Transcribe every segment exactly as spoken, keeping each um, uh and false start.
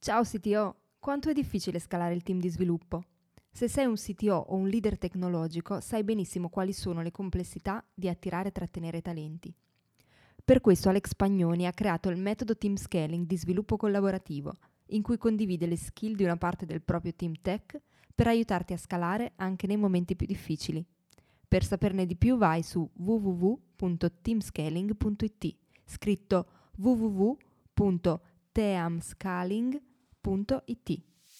Ciao C T O, quanto è difficile scalare il team di sviluppo? Se sei un C T O o un leader tecnologico, sai benissimo quali sono le complessità di attirare e trattenere talenti. Per questo Alex Pagnoni ha creato il metodo Team Scaling di sviluppo collaborativo, in cui condivide le skill di una parte del proprio team tech per aiutarti a scalare anche nei momenti più difficili. Per saperne di più vai su w w w punto teamscaling punto i t, scritto w w w punto teamscaling punto i t.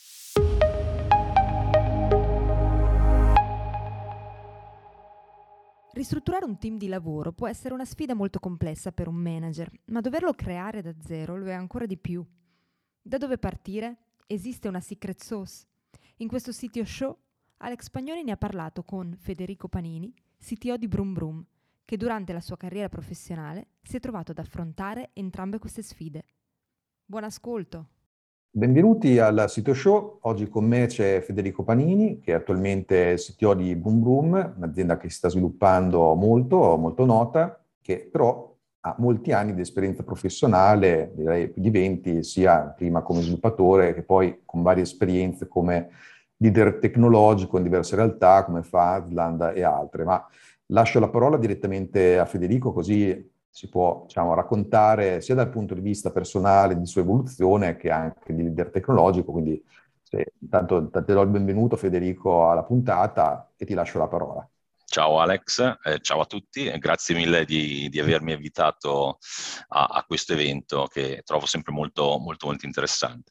Ristrutturare un team di lavoro può essere una sfida molto complessa per un manager, ma doverlo creare da zero lo è ancora di più. Da dove partire? Esiste una secret sauce? In questo C T O Show, Alex Pagnoni ne ha parlato con Federico Panini, C T O di Broom Broom, che durante la sua carriera professionale si è trovato ad affrontare entrambe queste sfide. Buon ascolto! Benvenuti al Sito Show. Oggi con me c'è Federico Panini, che è attualmente C T O di Broom Broom, un'azienda che si sta sviluppando molto, molto nota, che però ha molti anni di esperienza professionale, direi più di venti, sia prima come sviluppatore che poi con varie esperienze come leader tecnologico in diverse realtà come Fazland e altre. Ma lascio la parola direttamente a Federico, così si può, diciamo, raccontare sia dal punto di vista personale di sua evoluzione che anche di leader tecnologico. Quindi se, intanto ti do il benvenuto Federico alla puntata e ti lascio la parola. Ciao Alex, eh, ciao a tutti, e grazie mille di, di avermi invitato a, a questo evento che trovo sempre molto, molto, molto interessante.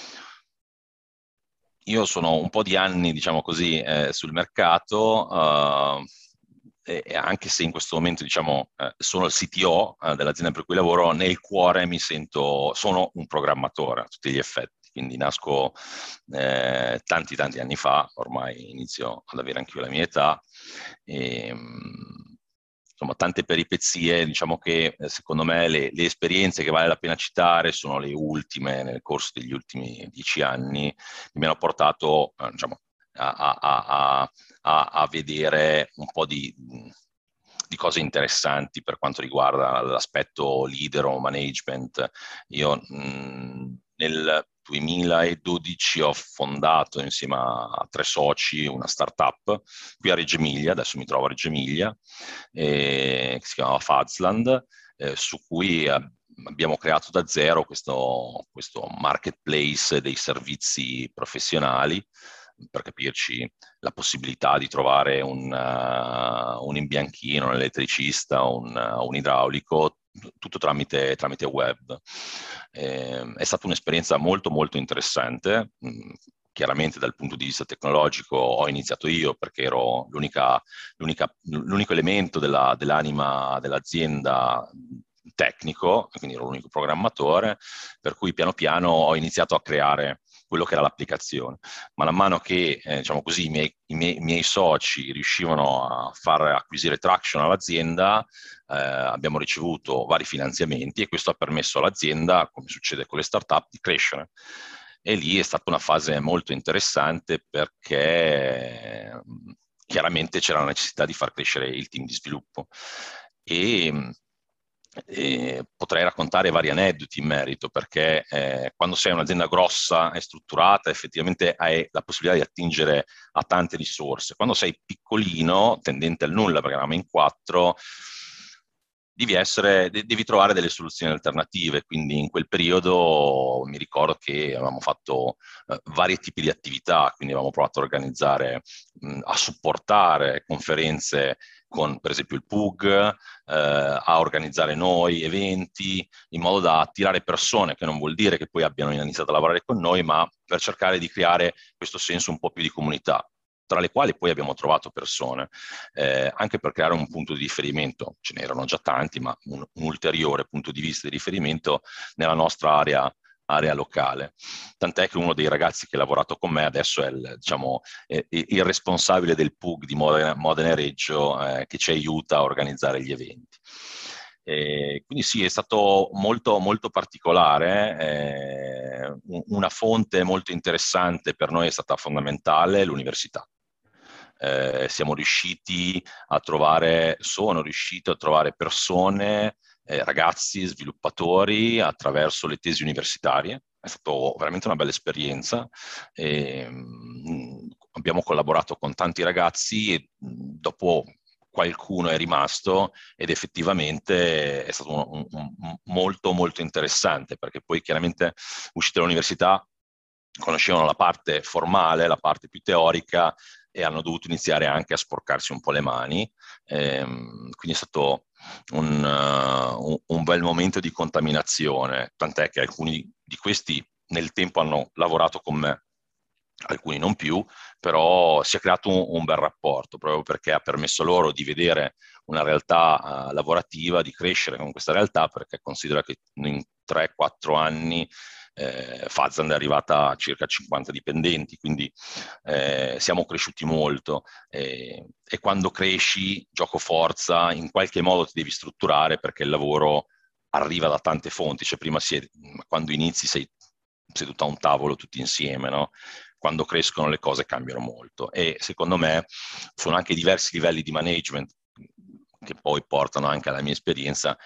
Io sono un po' di anni, diciamo così, eh, sul mercato, uh, e anche se in questo momento, diciamo, eh, sono il C T O eh, dell'azienda per cui lavoro, nel cuore mi sento, sono un programmatore a tutti gli effetti, quindi nasco eh, tanti tanti anni fa, ormai inizio ad avere anche io la mia età, e, insomma, tante peripezie. Diciamo che eh, secondo me le, le esperienze che vale la pena citare sono le ultime, nel corso degli ultimi dieci anni, che mi hanno portato, eh, diciamo, a, a, a, a, a vedere un po' di, di cose interessanti per quanto riguarda l'aspetto leader o management. Io mh, nel duemiladodici ho fondato insieme a tre soci una startup qui a Reggio Emilia, adesso mi trovo a Reggio Emilia, eh, che si chiamava Fazland, eh, su cui eh, abbiamo creato da zero questo, questo marketplace dei servizi professionali. Per capirci, la possibilità di trovare un, uh, un imbianchino, un elettricista, un, uh, un idraulico, tutto tramite, tramite web. Eh, è stata un'esperienza molto molto interessante. Mm, chiaramente dal punto di vista tecnologico ho iniziato io perché ero l'unica, l'unica, l'unico elemento della, dell'anima dell'azienda tecnico, quindi ero l'unico programmatore, per cui piano piano ho iniziato a creare quello che era l'applicazione. Man mano che, eh, diciamo così, i miei, i, miei, i miei soci riuscivano a far acquisire traction all'azienda, eh, abbiamo ricevuto vari finanziamenti e questo ha permesso all'azienda, come succede con le startup, di crescere. E lì è stata una fase molto interessante perché chiaramente c'era la necessità di far crescere il team di sviluppo. E E potrei raccontare vari aneddoti in merito, perché eh, quando sei un'azienda grossa e strutturata effettivamente hai la possibilità di attingere a tante risorse. Quando sei piccolino, tendente al nulla, perché eravamo in quattro, devi, essere, devi trovare delle soluzioni alternative. Quindi in quel periodo mi ricordo che avevamo fatto eh, vari tipi di attività, quindi avevamo provato a organizzare, mh, a supportare conferenze con per esempio il P U G, eh, a organizzare noi eventi, in modo da attirare persone, che non vuol dire che poi abbiano iniziato a lavorare con noi, ma per cercare di creare questo senso un po' più di comunità, tra le quali poi abbiamo trovato persone, eh, anche per creare un punto di riferimento. Ce n'erano già tanti, ma un, un ulteriore punto di vista di riferimento nella nostra area area locale. Tant'è che uno dei ragazzi che ha lavorato con me adesso è il, diciamo, è il responsabile del P U G di Modena, Modena e Reggio, eh, che ci aiuta a organizzare gli eventi. E quindi sì, è stato molto, molto particolare. Eh, una fonte molto interessante per noi è stata fondamentale l'università. Eh, siamo riusciti a trovare, sono riuscito a trovare persone eh, ragazzi, sviluppatori attraverso le tesi universitarie. È stata veramente una bella esperienza. E, mh, abbiamo collaborato con tanti ragazzi e mh, dopo qualcuno è rimasto ed effettivamente è stato un, un, un molto molto interessante, perché poi chiaramente usciti dall'università conoscevano la parte formale, la parte più teorica e hanno dovuto iniziare anche a sporcarsi un po' le mani. Ehm, quindi è stato un, uh, un, un bel momento di contaminazione, tant'è che alcuni di questi nel tempo hanno lavorato con me, alcuni non più, però si è creato un, un bel rapporto, proprio perché ha permesso loro di vedere una realtà uh, lavorativa, di crescere con questa realtà, perché considera che in tre quattro anni eh, Fazand è arrivata a circa cinquanta dipendenti, quindi eh, siamo cresciuti molto eh, e quando cresci, gioco forza, in qualche modo ti devi strutturare perché il lavoro arriva da tante fonti, cioè prima si è, quando inizi sei seduto a un tavolo tutti insieme, no? Quando crescono le cose cambiano molto e secondo me sono anche diversi livelli di management che poi portano anche alla mia esperienza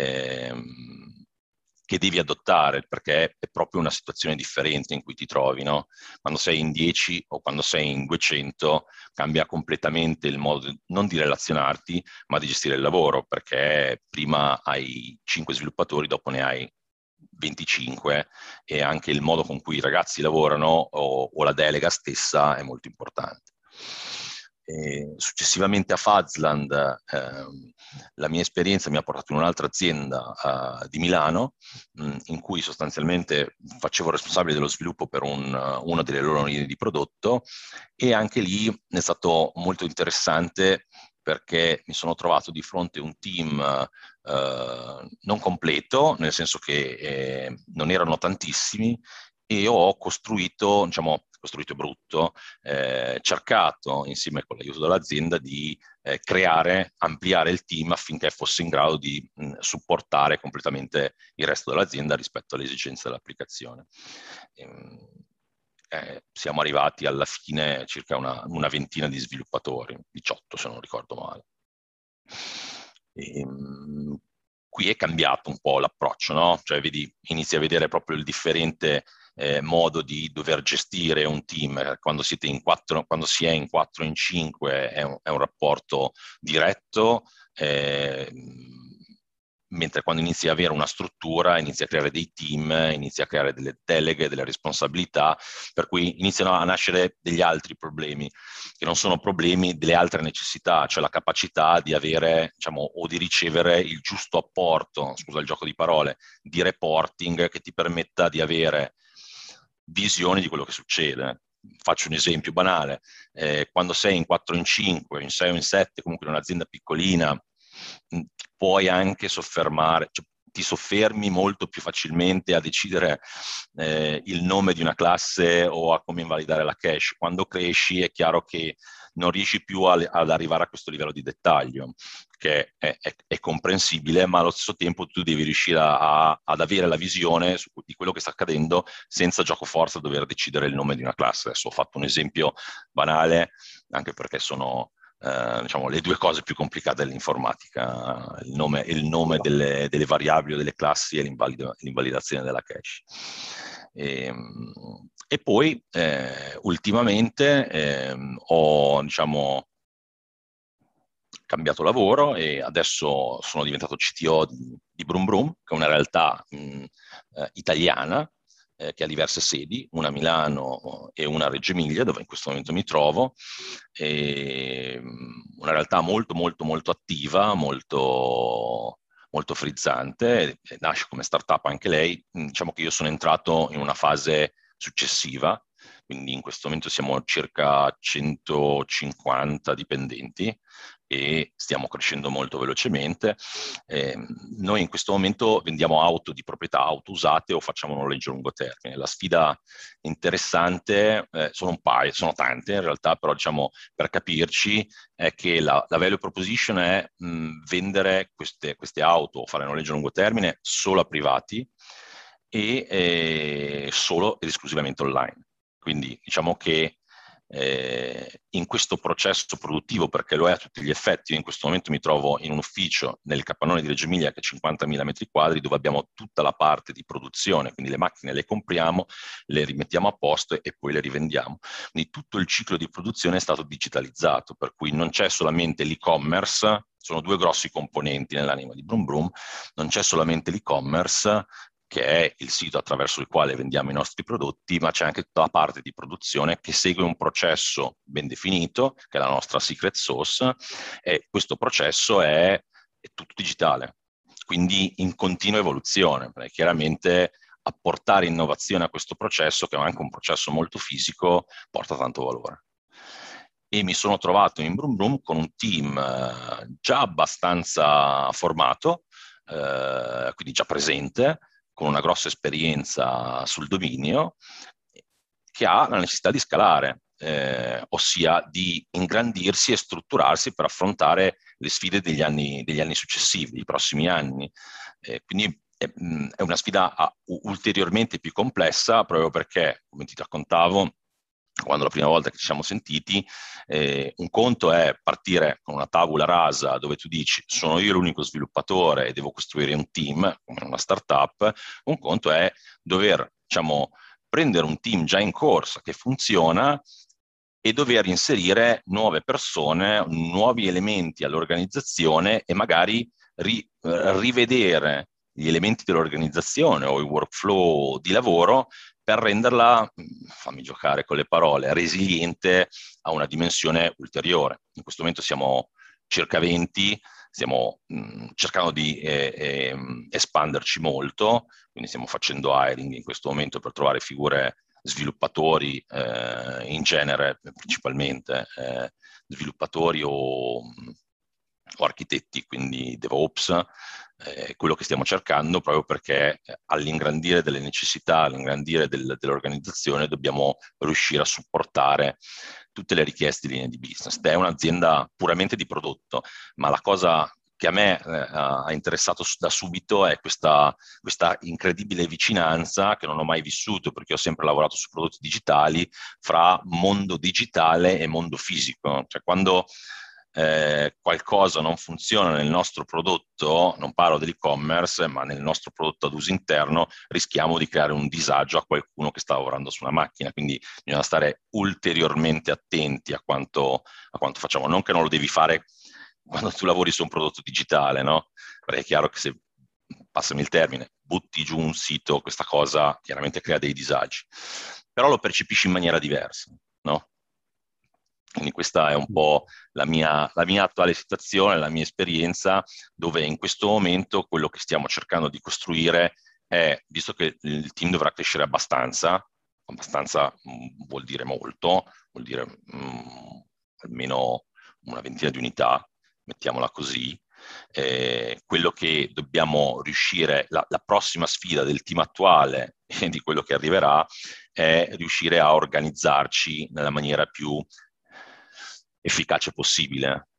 ehm, che devi adottare, perché è proprio una situazione differente in cui ti trovi, no? Quando sei in dieci o quando sei in duecento cambia completamente il modo non di relazionarti, ma di gestire il lavoro, perché prima hai cinque sviluppatori, dopo ne hai venticinque e anche il modo con cui i ragazzi lavorano o, o la delega stessa è molto importante. E successivamente a Fazland ehm, la mia esperienza mi ha portato in un'altra azienda uh, di Milano mh, in cui sostanzialmente facevo responsabile dello sviluppo per un, uh, una delle loro linee di prodotto e anche lì è stato molto interessante perché mi sono trovato di fronte a un team uh, non completo, nel senso che eh, non erano tantissimi e ho costruito, diciamo, costruito brutto, eh, cercato insieme con l'aiuto dell'azienda di eh, creare, ampliare il team affinché fosse in grado di mh, supportare completamente il resto dell'azienda rispetto alle esigenze dell'applicazione. Ehm, eh, siamo arrivati alla fine circa una, una ventina di sviluppatori, diciotto se non ricordo male. Ehm, qui è cambiato un po' l'approccio, no? Cioè vedi, inizi a vedere proprio il differente eh, modo di dover gestire un team. Quando siete in quattro, quando si è in quattro, in cinque, è un, è un rapporto diretto, eh, mentre quando inizi a avere una struttura, inizi a creare dei team, inizi a creare delle deleghe, delle responsabilità, per cui iniziano a nascere degli altri problemi, che non sono problemi, delle altre necessità, cioè la capacità di avere, diciamo, o di ricevere il giusto apporto, scusa il gioco di parole, di reporting che ti permetta di avere visioni di quello che succede. Faccio un esempio banale, eh, quando sei in quattro in cinque, in sei o in sette, comunque in un'azienda piccolina, puoi anche soffermare, cioè, ti soffermi molto più facilmente a decidere eh, il nome di una classe o a come invalidare la cache. Quando cresci è chiaro che non riesci più a, ad arrivare a questo livello di dettaglio, che è, è, è comprensibile, ma allo stesso tempo tu devi riuscire a, a, ad avere la visione su, di quello che sta accadendo senza gioco forza dover decidere il nome di una classe. Adesso ho fatto un esempio banale, anche perché sono Uh, diciamo, le due cose più complicate dell'informatica, il nome, il nome delle, delle variabili o delle classi e l'invalidazione della cache. E, e poi eh, ultimamente eh, ho diciamo, cambiato lavoro e adesso sono diventato C T O di, di Brum Brum, che è una realtà mh, eh, italiana eh, che ha diverse sedi, una a Milano e una a Reggio Emilia, dove in questo momento mi trovo. E, mh, una realtà molto, molto, molto attiva, molto, molto frizzante, e nasce come startup anche lei. Diciamo che io sono entrato in una fase successiva, quindi in questo momento siamo circa centocinquanta dipendenti e stiamo crescendo molto velocemente. Eh, noi in questo momento vendiamo auto di proprietà, auto usate o facciamo noleggio a lungo termine. La sfida interessante, eh, sono un paio, sono tante in realtà, però diciamo per capirci è che la, la value proposition è mh, vendere queste, queste auto o fare noleggio a lungo termine solo a privati e eh, solo ed esclusivamente online. Quindi diciamo che eh, in questo processo produttivo, perché lo è a tutti gli effetti. Io in questo momento mi trovo in un ufficio nel capannone di Reggio Emilia che è cinquantamila metri quadri, dove abbiamo tutta la parte di produzione, quindi le macchine le compriamo, le rimettiamo a posto e poi le rivendiamo. Quindi tutto il ciclo di produzione è stato digitalizzato, per cui non c'è solamente l'e-commerce, sono due grossi componenti nell'anima di Brum Brum, non c'è solamente l'e-commerce, che è il sito attraverso il quale vendiamo i nostri prodotti, ma c'è anche tutta la parte di produzione che segue un processo ben definito, che è la nostra secret sauce, e questo processo è, è tutto digitale, quindi in continua evoluzione, perché chiaramente apportare innovazione a questo processo, che è anche un processo molto fisico, porta tanto valore. E mi sono trovato in Brum Brum con un team eh, già abbastanza formato, eh, quindi già presente, con una grossa esperienza sul dominio, che ha la necessità di scalare, eh, ossia di ingrandirsi e strutturarsi per affrontare le sfide degli anni, degli anni successivi, dei prossimi anni. Eh, quindi è, è una sfida ulteriormente più complessa, proprio perché, come ti raccontavo, quando la prima volta che ci siamo sentiti, eh, un conto è partire con una tavola rasa dove tu dici sono io l'unico sviluppatore e devo costruire un team, come una startup. Un conto è dover, diciamo, prendere un team già in corsa che funziona e dover inserire nuove persone, nuovi elementi all'organizzazione e magari ri, rivedere gli elementi dell'organizzazione o il workflow di lavoro per renderla, fammi giocare con le parole, resiliente a una dimensione ulteriore. In questo momento siamo circa venti, stiamo mh, cercando di eh, eh, espanderci molto, quindi stiamo facendo hiring in questo momento per trovare figure sviluppatori, eh, in genere, principalmente eh, sviluppatori o, o architetti, quindi DevOps, eh, quello che stiamo cercando, proprio perché all'ingrandire delle necessità, all'ingrandire del, dell'organizzazione, dobbiamo riuscire a supportare tutte le richieste di linee di business. Ed è un'azienda puramente di prodotto, ma la cosa che a me eh, ha interessato da subito è questa, questa incredibile vicinanza che non ho mai vissuto, perché ho sempre lavorato su prodotti digitali, fra mondo digitale e mondo fisico. Cioè, quando eh, qualcosa non funziona nel nostro prodotto, non parlo dell'e-commerce, ma nel nostro prodotto ad uso interno, rischiamo di creare un disagio a qualcuno che sta lavorando su una macchina. Quindi bisogna stare ulteriormente attenti a quanto, a quanto facciamo. Non che non lo devi fare quando tu lavori su un prodotto digitale, no? Perché è chiaro che se, passami il termine, butti giù un sito, questa cosa chiaramente crea dei disagi. Però lo percepisci in maniera diversa, no? Quindi questa è un po' la mia, la mia attuale situazione, la mia esperienza, dove in questo momento quello che stiamo cercando di costruire è, visto che il team dovrà crescere abbastanza, abbastanza mh, vuol dire molto, vuol dire mh, almeno una ventina di unità, mettiamola così, eh, quello che dobbiamo riuscire, la, la prossima sfida del team attuale e di quello che arriverà è riuscire a organizzarci nella maniera più efficace possibile.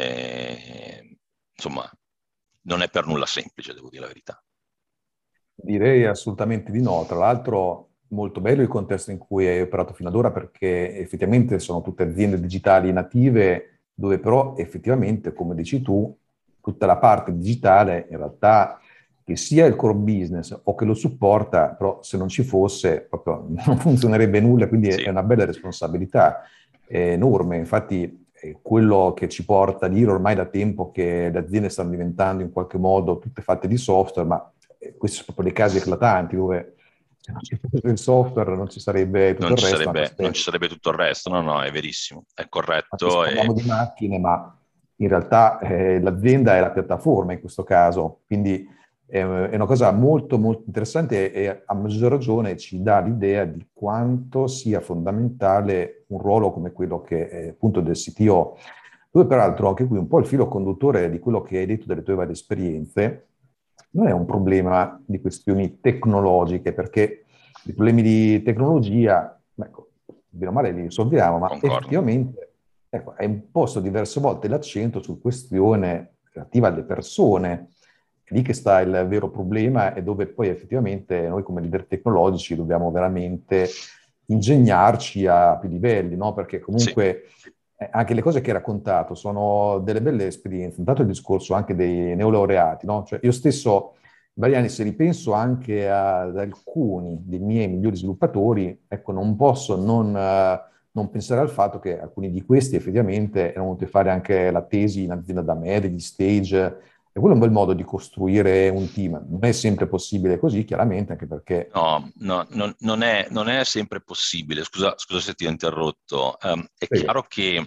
Eh, insomma, non è per nulla semplice, devo dire la verità. Direi assolutamente di no. Tra l'altro molto bello il contesto in cui hai operato fino ad ora, perché effettivamente sono tutte aziende digitali native, dove però effettivamente, come dici tu, tutta la parte digitale in realtà, che sia il core business o che lo supporta, però se non ci fosse proprio non funzionerebbe nulla, quindi Sì. è una bella responsabilità, è enorme. Infatti è quello che ci porta a dire ormai da tempo che le aziende stanno diventando in qualche modo tutte fatte di software, ma questi sono proprio dei casi eclatanti dove se non ci fosse il software non ci sarebbe tutto non il ci resto. sarebbe, non ci sarebbe tutto il resto, no, no, è verissimo, è Infatti corretto. parliamo E... di macchine, ma in realtà eh, l'azienda è la piattaforma in questo caso, quindi è, è una cosa molto molto interessante e a maggior ragione ci dà l'idea di quanto sia fondamentale un ruolo come quello che è appunto del C T O, dove peraltro anche qui un po' il filo conduttore di quello che hai detto delle tue varie esperienze non è un problema di questioni tecnologiche, perché i problemi di tecnologia, ecco, bene o male li risolviamo, ma Concordo. effettivamente ecco, hai imposto diverse volte l'accento su questione relativa alle persone. È lì che sta il vero problema e dove poi effettivamente noi come leader tecnologici dobbiamo veramente ingegnarci a più livelli, no? Perché Sì. comunque eh, anche le cose che hai raccontato sono delle belle esperienze. Intanto il discorso anche dei neolaureati, no? Cioè io stesso, Mariani, se ripenso anche ad alcuni dei miei migliori sviluppatori, ecco, non posso non, eh, non pensare al fatto che alcuni di questi effettivamente erano venuti a fare anche la tesi in azienda da me, degli stage, e quello è un bel modo di costruire un team. Non è sempre possibile così, chiaramente, anche perché... No, no, non, non è, non è sempre possibile. Scusa, scusa se ti ho interrotto. Ehm, è Prego. chiaro che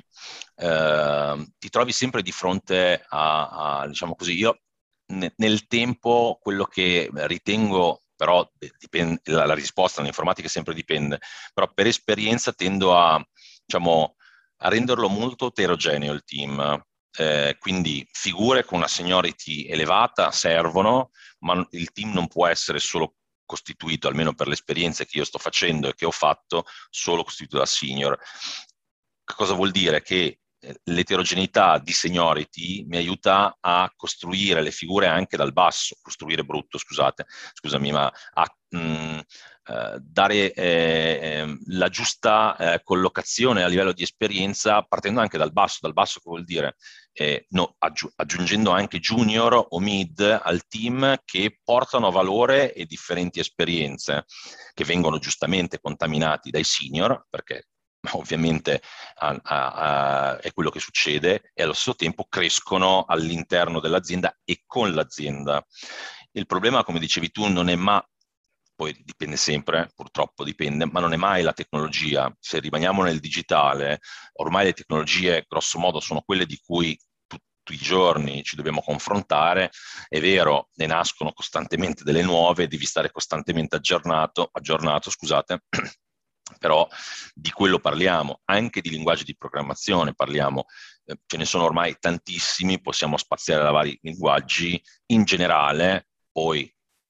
ehm, ti trovi sempre di fronte a, a, diciamo così, io ne- nel tempo quello che ritengo, però eh, dipende, la, la risposta nell'informatica sempre dipende, però per esperienza tendo a, diciamo, a renderlo molto eterogeneo il team. Eh, quindi figure con una seniority elevata servono, ma il team non può essere solo costituito, almeno per le esperienze che io sto facendo e che ho fatto, solo costituito da senior. Cosa vuol dire? Che l'eterogeneità di seniority mi aiuta a costruire le figure anche dal basso, costruire brutto, scusate, scusami, ma a mh, eh, dare eh, la giusta eh, collocazione a livello di esperienza partendo anche dal basso. Dal basso che vuol dire? Eh, no, aggi- aggiungendo anche junior o mid al team che portano valore e differenti esperienze che vengono giustamente contaminati dai senior, perché ovviamente a, a, a, è quello che succede, e allo stesso tempo crescono all'interno dell'azienda e con l'azienda. Il problema, come dicevi tu, non è mai, poi dipende sempre, purtroppo dipende, ma non è mai la tecnologia. Se rimaniamo nel digitale, ormai le tecnologie grosso modo sono quelle di cui tutti i giorni ci dobbiamo confrontare. È vero, ne nascono costantemente delle nuove, devi stare costantemente aggiornato, aggiornato, scusate, però di quello parliamo, anche di linguaggi di programmazione parliamo, eh, ce ne sono ormai tantissimi, possiamo spaziare da vari linguaggi in generale, poi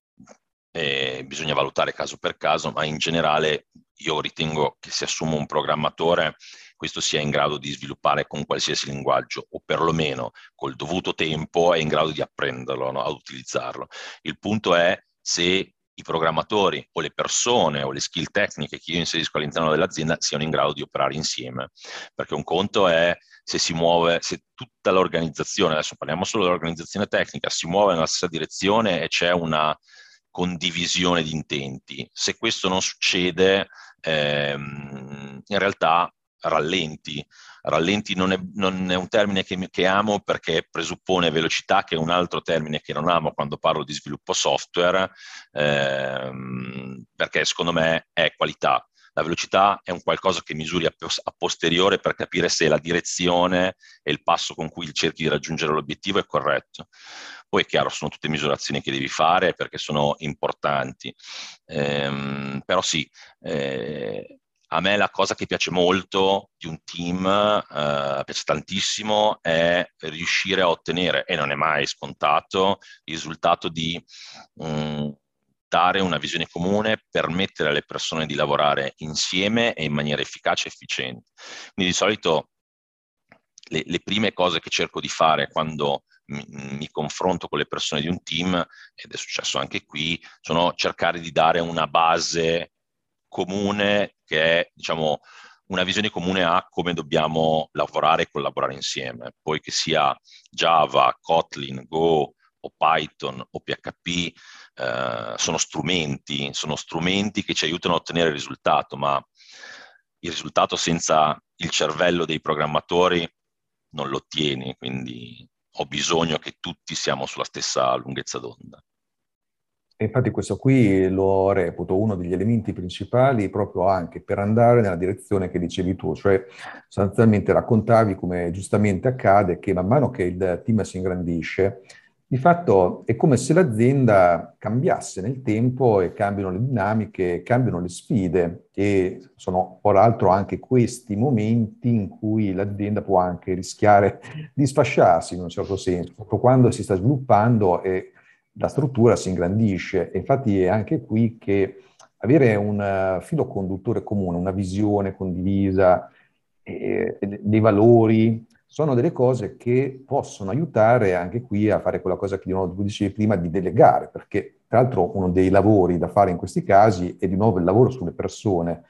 eh, bisogna valutare caso per caso, ma in generale io ritengo che se assumo un programmatore questo sia in grado di sviluppare con qualsiasi linguaggio, o perlomeno col dovuto tempo è in grado di apprenderlo, no? Ad utilizzarlo. Il punto è se i programmatori o le persone o le skill tecniche che io inserisco all'interno dell'azienda siano in grado di operare insieme, perché un conto è se si muove, se tutta l'organizzazione, adesso parliamo solo dell'organizzazione tecnica, si muove nella stessa direzione e c'è una condivisione di intenti. Se questo non succede, ehm, in realtà rallenti. Rallenti non è, non è un termine che, che amo perché presuppone velocità, che è un altro termine che non amo quando parlo di sviluppo software, ehm, perché secondo me è qualità. La velocità è un qualcosa che misuri a, a posteriore per capire se la direzione e il passo con cui cerchi di raggiungere l'obiettivo è corretto. Poi è chiaro, sono tutte misurazioni che devi fare perché sono importanti. Ehm, però sì, eh, a me la cosa che piace molto di un team, eh, piace tantissimo, è riuscire a ottenere, e non è mai scontato, il risultato di mh, dare una visione comune, permettere alle persone di lavorare insieme e in maniera efficace e efficiente. Quindi di solito le, le prime cose che cerco di fare quando mi, mi confronto con le persone di un team, ed è successo anche qui, sono cercare di dare una base comune che è, diciamo, una visione comune a come dobbiamo lavorare e collaborare insieme. Poi che sia Java, Kotlin, Go o Python o P H P, eh, sono strumenti, sono strumenti che ci aiutano a ottenere il risultato, ma il risultato senza il cervello dei programmatori non lo ottieni, quindi ho bisogno che tutti siamo sulla stessa lunghezza d'onda. E infatti questo qui lo reputo uno degli elementi principali proprio anche per andare nella direzione che dicevi tu, cioè sostanzialmente raccontavi come giustamente accade che man mano che il team si ingrandisce, di fatto è come se l'azienda cambiasse nel tempo e cambiano le dinamiche, cambiano le sfide e sono peraltro anche questi momenti in cui l'azienda può anche rischiare di sfasciarsi in un certo senso, proprio quando si sta sviluppando e la struttura si ingrandisce. E infatti è anche qui che avere un uh, filo conduttore comune, una visione condivisa, eh, dei valori, sono delle cose che possono aiutare anche qui a fare quella cosa che di nuovo tu dicevi prima, di delegare, perché tra l'altro uno dei lavori da fare in questi casi è di nuovo il lavoro sulle persone,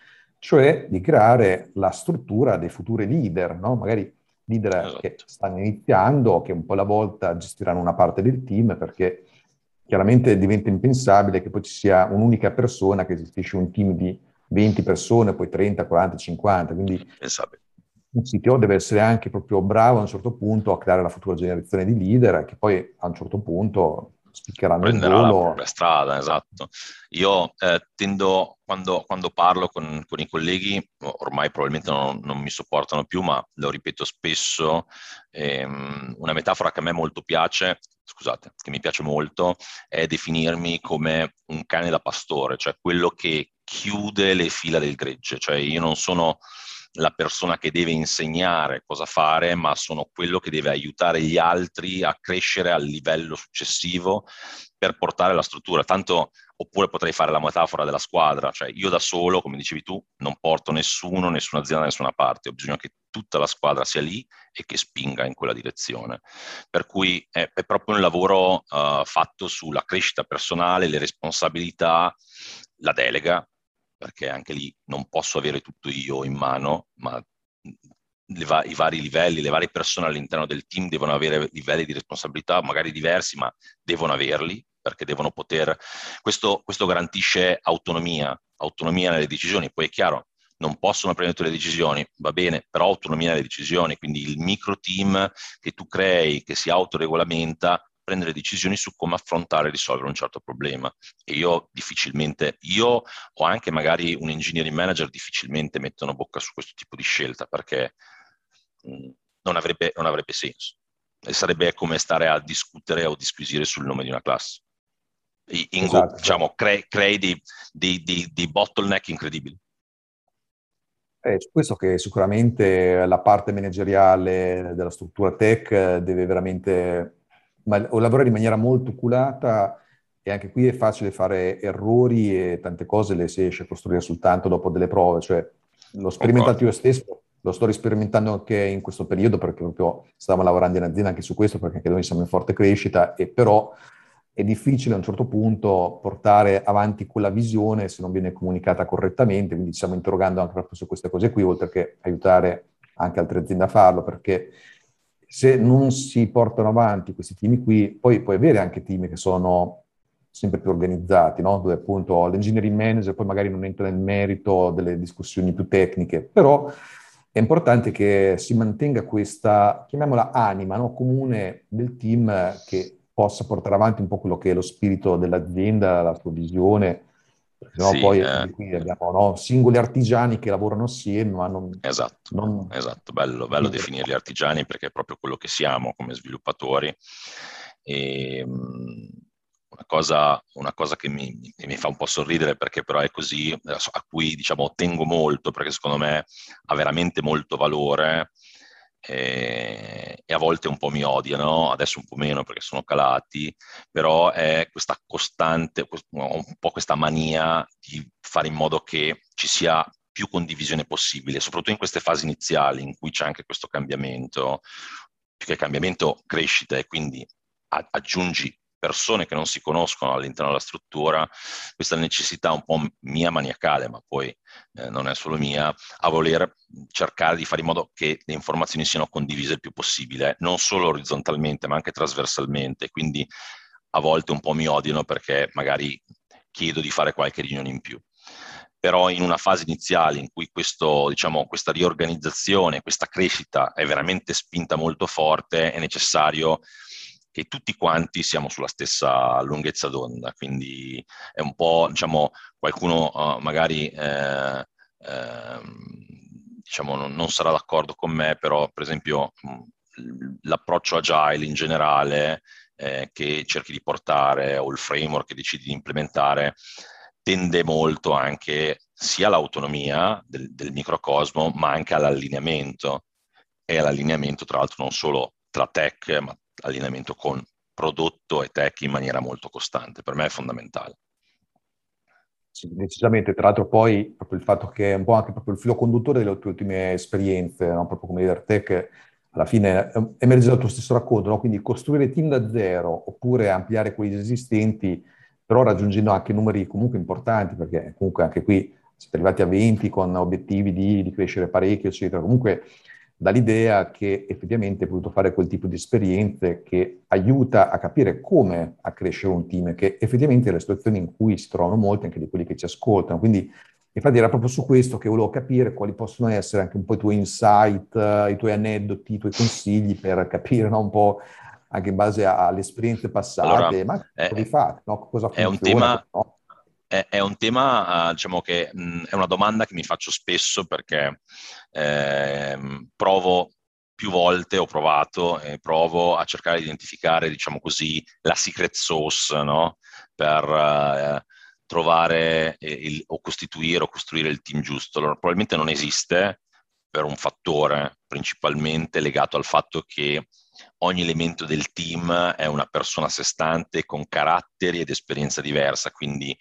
cioè di creare la struttura dei futuri leader, no? Magari leader Esatto. che stanno iniziando, che un po' alla volta gestiranno una parte del team, perché chiaramente diventa impensabile che poi ci sia un'unica persona che gestisce un team di venti persone, poi trenta, quaranta, cinquanta, quindi Pensabile. un C T O deve essere anche proprio bravo a un certo punto a creare la futura generazione di leader che poi a un certo punto spiccheranno il Prenderà la volo. propria strada, esatto. Io eh, tendo, quando, quando parlo con, con i colleghi, ormai probabilmente non, non mi sopportano più, ma lo ripeto spesso, ehm, una metafora che a me molto piace, scusate, che mi piace molto, è definirmi come un cane da pastore, cioè quello che chiude le fila del gregge, cioè io non sono la persona che deve insegnare cosa fare, ma sono quello che deve aiutare gli altri a crescere al livello successivo per portare la struttura. Tanto, oppure potrei fare la metafora della squadra, cioè io da solo, come dicevi tu, non porto nessuno, nessuna azienda da nessuna parte, ho bisogno che tutta la squadra sia lì e che spinga in quella direzione. Per cui è, è proprio un lavoro uh, fatto sulla crescita personale, le responsabilità, la delega, perché anche lì non posso avere tutto io in mano, ma va- i vari livelli, le varie persone all'interno del team devono avere livelli di responsabilità magari diversi, ma devono averli, perché devono poter... Questo, questo garantisce autonomia, autonomia nelle decisioni. Poi è chiaro, non possono prendere tutte le decisioni, va bene, però autonomia nelle decisioni, quindi il micro team che tu crei, che si autoregolamenta, prendere decisioni su come affrontare e risolvere un certo problema. E io difficilmente, io o anche magari un engineering manager difficilmente mettono bocca su questo tipo di scelta, perché mh, non avrebbe, non avrebbe senso. E sarebbe come stare a discutere o disquisire sul nome di una classe. In, Esatto, diciamo, esatto. crei, crei dei, dei, dei, dei bottleneck incredibili. È su questo che sicuramente la parte manageriale della struttura tech eh, deve veramente ma- o lavorare in maniera molto oculata, e anche qui è facile fare errori e tante cose le si riesce a costruire soltanto dopo delle prove, cioè l'ho sperimentato Concordo. io stesso, lo sto risperimentando anche in questo periodo perché proprio stavamo lavorando in azienda anche su questo perché anche noi siamo in forte crescita e però è difficile a un certo punto portare avanti quella visione se non viene comunicata correttamente, quindi ci stiamo interrogando anche proprio su queste cose qui, oltre che aiutare anche altre aziende a farlo, perché se non si portano avanti questi team qui, poi puoi avere anche team che sono sempre più organizzati, no? Dove appunto l'engineering manager poi magari non entra nel merito delle discussioni più tecniche, però è importante che si mantenga questa, chiamiamola anima, no? Comune del team che possa portare avanti un po' quello che è lo spirito dell'azienda, la sua visione, perché sennò Sì, poi eh, anche qui abbiamo no, singoli artigiani che lavorano assieme, ma non, esatto, non esatto, bello, bello definirli artigiani perché è proprio quello che siamo come sviluppatori. E, mh, una cosa, una cosa che mi, che mi fa un po' sorridere perché però è così, a cui diciamo tengo molto perché secondo me ha veramente molto valore e, e a volte un po' mi odiano, adesso un po' meno perché sono calati, però è questa costante, un po' questa mania di fare in modo che ci sia più condivisione possibile, soprattutto in queste fasi iniziali in cui c'è anche questo cambiamento, più che cambiamento, crescita, e quindi aggiungi persone che non si conoscono all'interno della struttura, questa necessità un po' mia maniacale, ma poi eh, non è solo mia, a voler cercare di fare in modo che le informazioni siano condivise il più possibile, non solo orizzontalmente, ma anche trasversalmente. Quindi a volte un po' mi odiano perché magari chiedo di fare qualche riunione in più. Però in una fase iniziale in cui questo, diciamo, questa riorganizzazione, questa crescita è veramente spinta molto forte, è necessario che tutti quanti siamo sulla stessa lunghezza d'onda. Quindi è un po', diciamo, qualcuno uh, magari eh, eh, diciamo, non, non sarà d'accordo con me, però per esempio mh, l'approccio agile in generale eh, che cerchi di portare o il framework che decidi di implementare tende molto anche sia all'autonomia del, del microcosmo, ma anche all'allineamento, e all'allineamento tra l'altro non solo tra tech, ma allineamento con prodotto e tech in maniera molto costante. Per me è fondamentale. Sì, decisamente, tra l'altro poi proprio il fatto che è un po' anche proprio il filo conduttore delle tue ultime esperienze, no? Proprio come leader tech, alla fine eh, emerge dal tuo stesso racconto, no? Quindi costruire team da zero oppure ampliare quelli esistenti, però raggiungendo anche numeri comunque importanti, perché comunque anche qui siete arrivati a venti con obiettivi di, di crescere parecchio, eccetera. Comunque dall'idea che effettivamente hai potuto fare quel tipo di esperienze che aiuta a capire come accrescere un team, che effettivamente è la situazione in cui si trovano molti, anche di quelli che ci ascoltano. Quindi, infatti, era proprio su questo che volevo capire quali possono essere anche un po' i tuoi insight, eh, i tuoi aneddoti, i tuoi consigli per capire, no, un po' anche in base a- alle esperienze Allora, passate, ma cosa è, fate, no? Cosa è un funziona, cosa tema, no? è, è un tema, eh, diciamo che mh, è una domanda che mi faccio spesso perché ehm, provo più volte, ho provato e provo a cercare di identificare, diciamo così, la secret sauce, no? Per eh, trovare eh, il, o costituire o costruire il team giusto. Allora, probabilmente non esiste per un fattore principalmente legato al fatto che ogni elemento del team è una persona a sé stante con caratteri ed esperienza diversa, quindi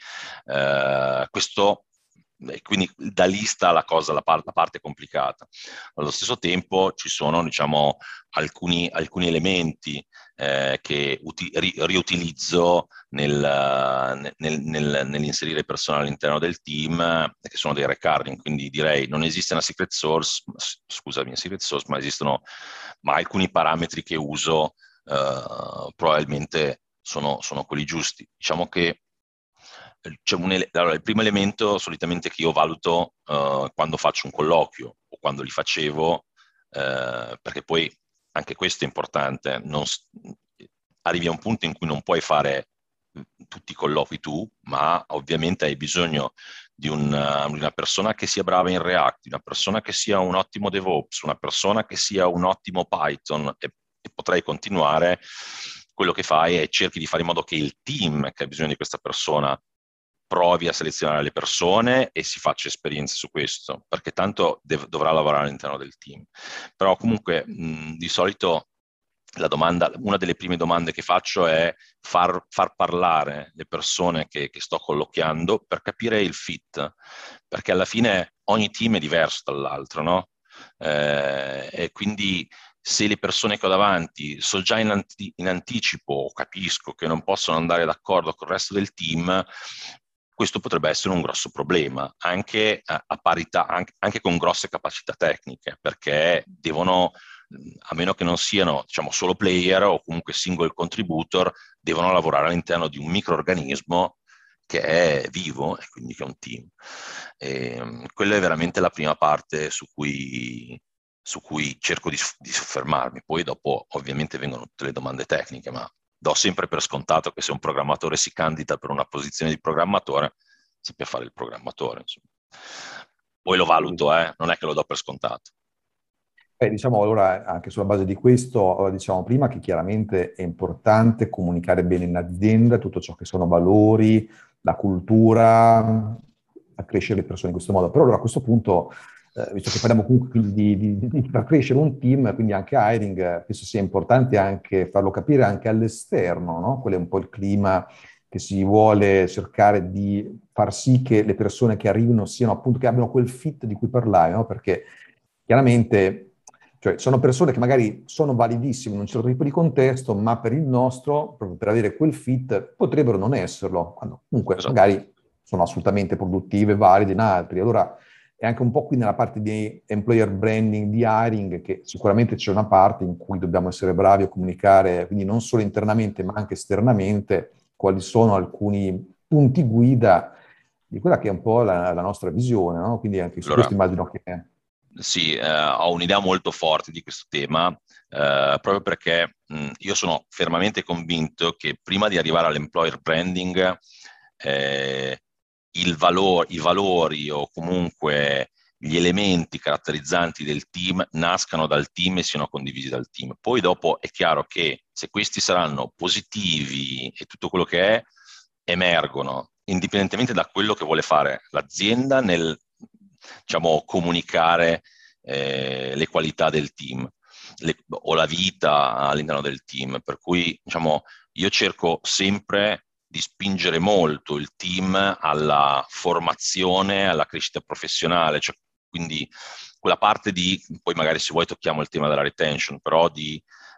eh, questo quindi da lì sta la cosa, la, par- la parte complicata. Allo stesso tempo ci sono, diciamo, alcuni, alcuni elementi eh, che uti- ri- riutilizzo nel, nel, nel, nell'inserire persone all'interno del team, eh, che sono dei recurring, quindi direi non esiste una secret source, scusami, una secret source, ma esistono ma alcuni parametri che uso eh, probabilmente sono, sono quelli giusti. Diciamo che c'è un ele- allora, il primo elemento solitamente che io valuto uh, quando faccio un colloquio o quando li facevo, uh, perché poi anche questo è importante, non, arrivi a un punto in cui non puoi fare tutti i colloqui tu, ma ovviamente hai bisogno di una, una persona che sia brava in React, di una persona che sia un ottimo DevOps, una persona che sia un ottimo Python e, e potrei continuare. Quello che fai è cerchi di fare in modo che il team che ha bisogno di questa persona provi a selezionare le persone e si faccia esperienze su questo, perché tanto dev- dovrà lavorare all'interno del team. Però comunque mh, di solito la domanda, una delle prime domande che faccio è far, far parlare le persone che, che sto colloquiando per capire il fit, perché alla fine ogni team è diverso dall'altro, no? Eh, e quindi se le persone che ho davanti so già in, anti- in anticipo, capisco che non possono andare d'accordo con il resto del team, questo potrebbe essere un grosso problema, anche a, a parità, anche, anche con grosse capacità tecniche, perché devono, a meno che non siano, diciamo, solo player o comunque single contributor, devono lavorare all'interno di un microorganismo che è vivo e quindi che è un team. E, quella è veramente la prima parte su cui, su cui cerco di, di soffermarmi. Poi dopo ovviamente vengono tutte le domande tecniche, ma do sempre per scontato che se un programmatore si candida per una posizione di programmatore, sappia fare il programmatore. Insomma. Poi lo valuto, eh? Non è che lo do per scontato. Eh, diciamo allora anche sulla base di questo, allora, diciamo prima che chiaramente è importante comunicare bene in azienda tutto ciò che sono valori, la cultura, accrescere le persone in questo modo. Però allora a questo punto, eh, visto che parliamo comunque di, di, di, di far crescere un team, quindi anche hiring, eh, penso sia importante anche farlo capire anche all'esterno, no? Quello è un po' il clima che si vuole cercare di far sì che le persone che arrivino siano appunto, che abbiano quel fit di cui parlavi, no? Perché chiaramente cioè, sono persone che magari sono validissime in un certo tipo di contesto, ma per il nostro, proprio per avere quel fit, potrebbero non esserlo. Comunque, Esatto. magari sono assolutamente produttive, valide in altri. Allora, è anche un po' qui nella parte di employer branding, di hiring, che sicuramente c'è una parte in cui dobbiamo essere bravi a comunicare, quindi non solo internamente, ma anche esternamente, quali sono alcuni punti guida di quella che è un po' la, la nostra visione, no? Quindi anche su Allora, questo immagino che... sì, eh, ho un'idea molto forte di questo tema, eh, proprio perché mh, io sono fermamente convinto che prima di arrivare all'employer branding, eh, il valor- i valori o comunque gli elementi caratterizzanti del team nascano dal team e siano condivisi dal team. Poi dopo è chiaro che se questi saranno positivi e tutto quello che è, emergono, indipendentemente da quello che vuole fare l'azienda nel, diciamo, comunicare eh, le qualità del team le, o la vita all'interno del team. Per cui, diciamo, io cerco sempre di spingere molto il team alla formazione, alla crescita professionale, cioè, quindi quella parte di, poi magari se vuoi tocchiamo il tema della retention, però di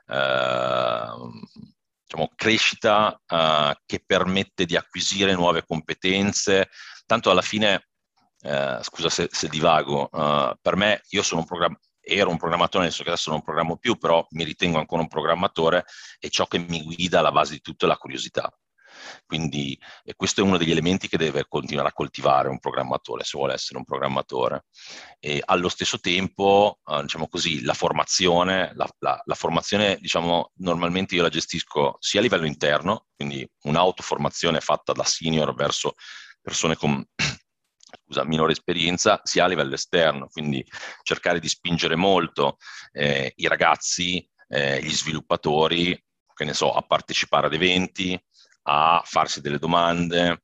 eh, diciamo, crescita eh, che permette di acquisire nuove competenze, tanto alla fine eh, scusa se, se divago, uh, per me io sono un programma, ero un programmatore, nel senso che adesso non programmo più, però mi ritengo ancora un programmatore e ciò che mi guida alla base di tutto è la curiosità. Quindi e questo è uno degli elementi che deve continuare a coltivare un programmatore se vuole essere un programmatore. E allo stesso tempo, eh, diciamo così, la formazione, la, la, la formazione, diciamo, normalmente io la gestisco sia a livello interno, quindi un'autoformazione fatta da senior verso persone con scusa, minore esperienza, sia a livello esterno, quindi cercare di spingere molto eh, i ragazzi, eh, gli sviluppatori, che ne so, a partecipare ad eventi, a farsi delle domande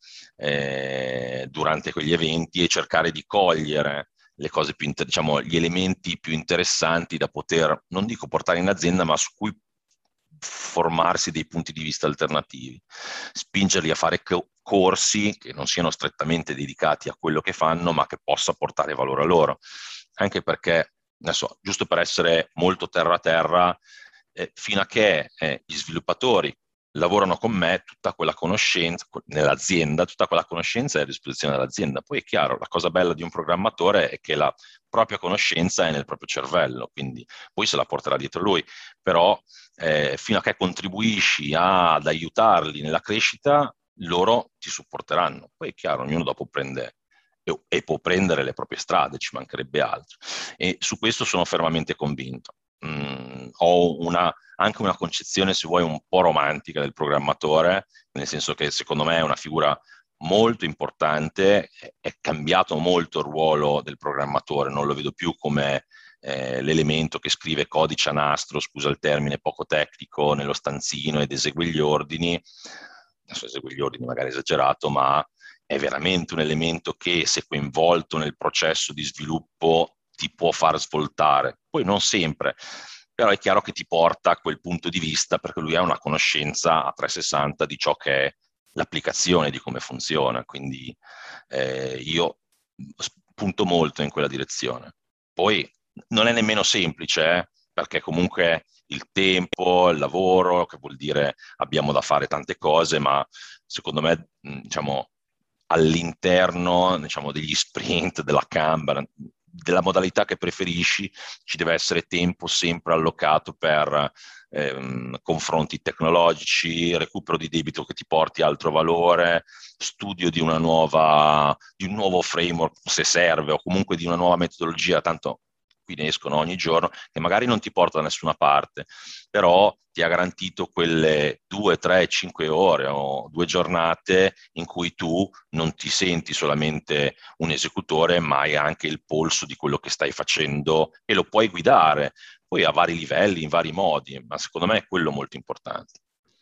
eh, durante quegli eventi e cercare di cogliere le cose più, inter- diciamo, gli elementi più interessanti da poter, non dico portare in azienda, ma su cui formarsi dei punti di vista alternativi, spingerli a fare co- corsi che non siano strettamente dedicati a quello che fanno, ma che possa portare valore a loro. Anche perché, adesso, giusto per essere molto terra a terra, eh, fino a che eh, gli sviluppatori lavorano con me, tutta quella conoscenza nell'azienda, tutta quella conoscenza è a disposizione dell'azienda. Poi è chiaro, la cosa bella di un programmatore è che la propria conoscenza è nel proprio cervello, quindi poi se la porterà dietro lui, però eh, fino a che contribuisci a, ad aiutarli nella crescita, loro ti supporteranno. Poi è chiaro, ognuno dopo prende e, e può prendere le proprie strade, ci mancherebbe altro. E su questo sono fermamente convinto. Mm, ho una, anche una concezione, se vuoi, un po' romantica del programmatore, nel senso che secondo me è una figura molto importante, è cambiato molto il ruolo del programmatore, non lo vedo più come eh, l'elemento che scrive codice a nastro, scusa il termine poco tecnico, nello stanzino ed esegue gli ordini, adesso esegue gli ordini magari esagerato, ma è veramente un elemento che se coinvolto nel processo di sviluppo ti può far svoltare. Poi non sempre, però è chiaro che ti porta a quel punto di vista perché lui ha una conoscenza a trecentosessanta di ciò che è l'applicazione, di come funziona, quindi eh, io punto molto in quella direzione. Poi non è nemmeno semplice, eh, perché comunque il tempo, il lavoro, che vuol dire abbiamo da fare tante cose, ma secondo me, diciamo, all'interno, diciamo, degli sprint, della Kanban, della modalità che preferisci, ci deve essere tempo sempre allocato per ehm, confronti tecnologici, recupero di debito che ti porti altro valore, studio di una nuova, di un nuovo framework se serve, o comunque di una nuova metodologia, tanto qui ne escono ogni giorno, che magari non ti porta da nessuna parte, però ti ha garantito quelle due, tre, cinque ore o due giornate in cui tu non ti senti solamente un esecutore, ma hai anche il polso di quello che stai facendo e lo puoi guidare, poi a vari livelli, in vari modi, ma secondo me è quello molto importante.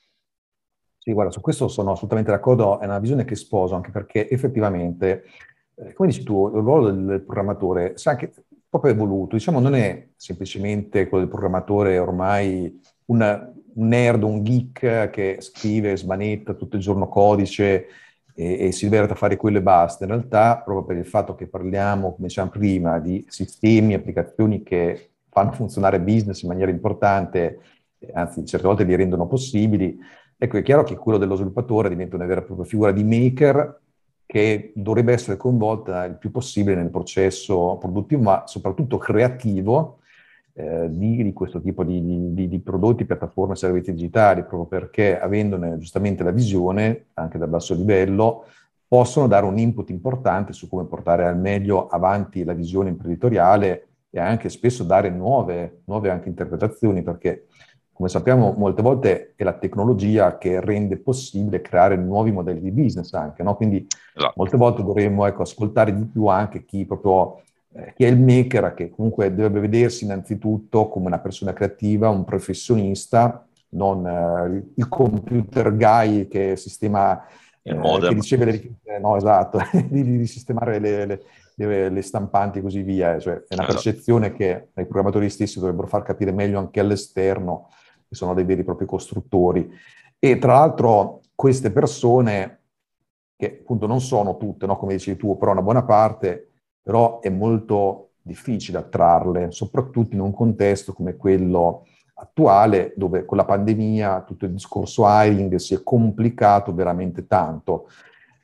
Sì, guarda, su questo sono assolutamente d'accordo, è una visione che sposo, anche perché effettivamente, eh, come dici tu, il ruolo del, del programmatore si è anche proprio evoluto, diciamo non è semplicemente quello del programmatore ormai una, un nerd, un geek che scrive, smanetta tutto il giorno codice e, e si diverte a fare quello e basta. In realtà, proprio per il fatto che parliamo, come dicevamo prima, di sistemi, applicazioni che fanno funzionare business in maniera importante, anzi certe volte li rendono possibili. Ecco, è chiaro che quello dello sviluppatore diventa una vera e propria figura di maker che dovrebbe essere coinvolta il più possibile nel processo produttivo, ma soprattutto creativo eh, di, di questo tipo di, di, di prodotti, piattaforme, servizi digitali, proprio perché avendone giustamente la visione, anche da basso livello, possono dare un input importante su come portare al meglio avanti la visione imprenditoriale e anche spesso dare nuove, nuove anche interpretazioni, perché come sappiamo, molte volte è la tecnologia che rende possibile creare nuovi modelli di business anche, no? Quindi Esatto. molte volte dovremmo, ecco, ascoltare di più anche chi proprio, eh, chi è il maker, che comunque dovrebbe vedersi innanzitutto come una persona creativa, un professionista, non eh, il computer guy che sistema, Il eh, che modem. riceve le, eh, no, esatto, di, di sistemare le, le, le, le stampanti e così via. Cioè, è una Esatto. percezione che i programmatori stessi dovrebbero far capire meglio anche all'esterno, che sono dei veri e propri costruttori. E tra l'altro queste persone, che appunto non sono tutte, no, come dicevi tu, però una buona parte, però è molto difficile attrarle, soprattutto in un contesto come quello attuale, dove con la pandemia tutto il discorso hiring si è complicato veramente tanto.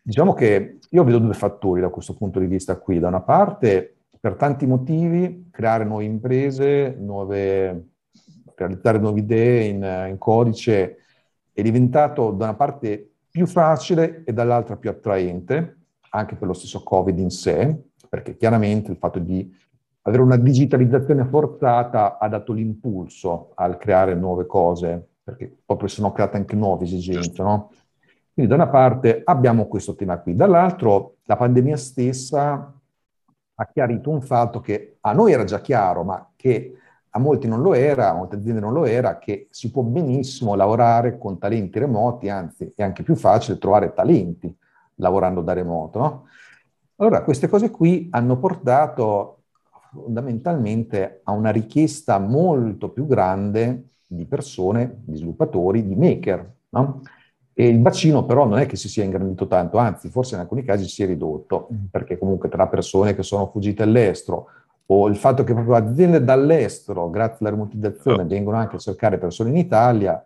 Diciamo che io vedo due fattori da questo punto di vista qui. Da una parte, per tanti motivi, creare nuove imprese, nuove, realizzare nuove idee in, in codice è diventato da una parte più facile e dall'altra più attraente, anche per lo stesso Covid in sé, perché chiaramente il fatto di avere una digitalizzazione forzata ha dato l'impulso al creare nuove cose, perché proprio sono create anche nuove esigenze, no? Quindi da una parte abbiamo questo tema qui, dall'altro la pandemia stessa ha chiarito un fatto che a noi era già chiaro, ma che a molti non lo era, a molte aziende non lo era, che si può benissimo lavorare con talenti remoti, anzi è anche più facile trovare talenti lavorando da remoto, no? Allora, queste cose qui hanno portato fondamentalmente a una richiesta molto più grande di persone, di sviluppatori, di maker, no? E il bacino però non è che si sia ingrandito tanto, anzi forse in alcuni casi si è ridotto, perché comunque tra persone che sono fuggite all'estero o il fatto che proprio aziende dall'estero, grazie alla remotizzazione, vengono anche a cercare persone in Italia,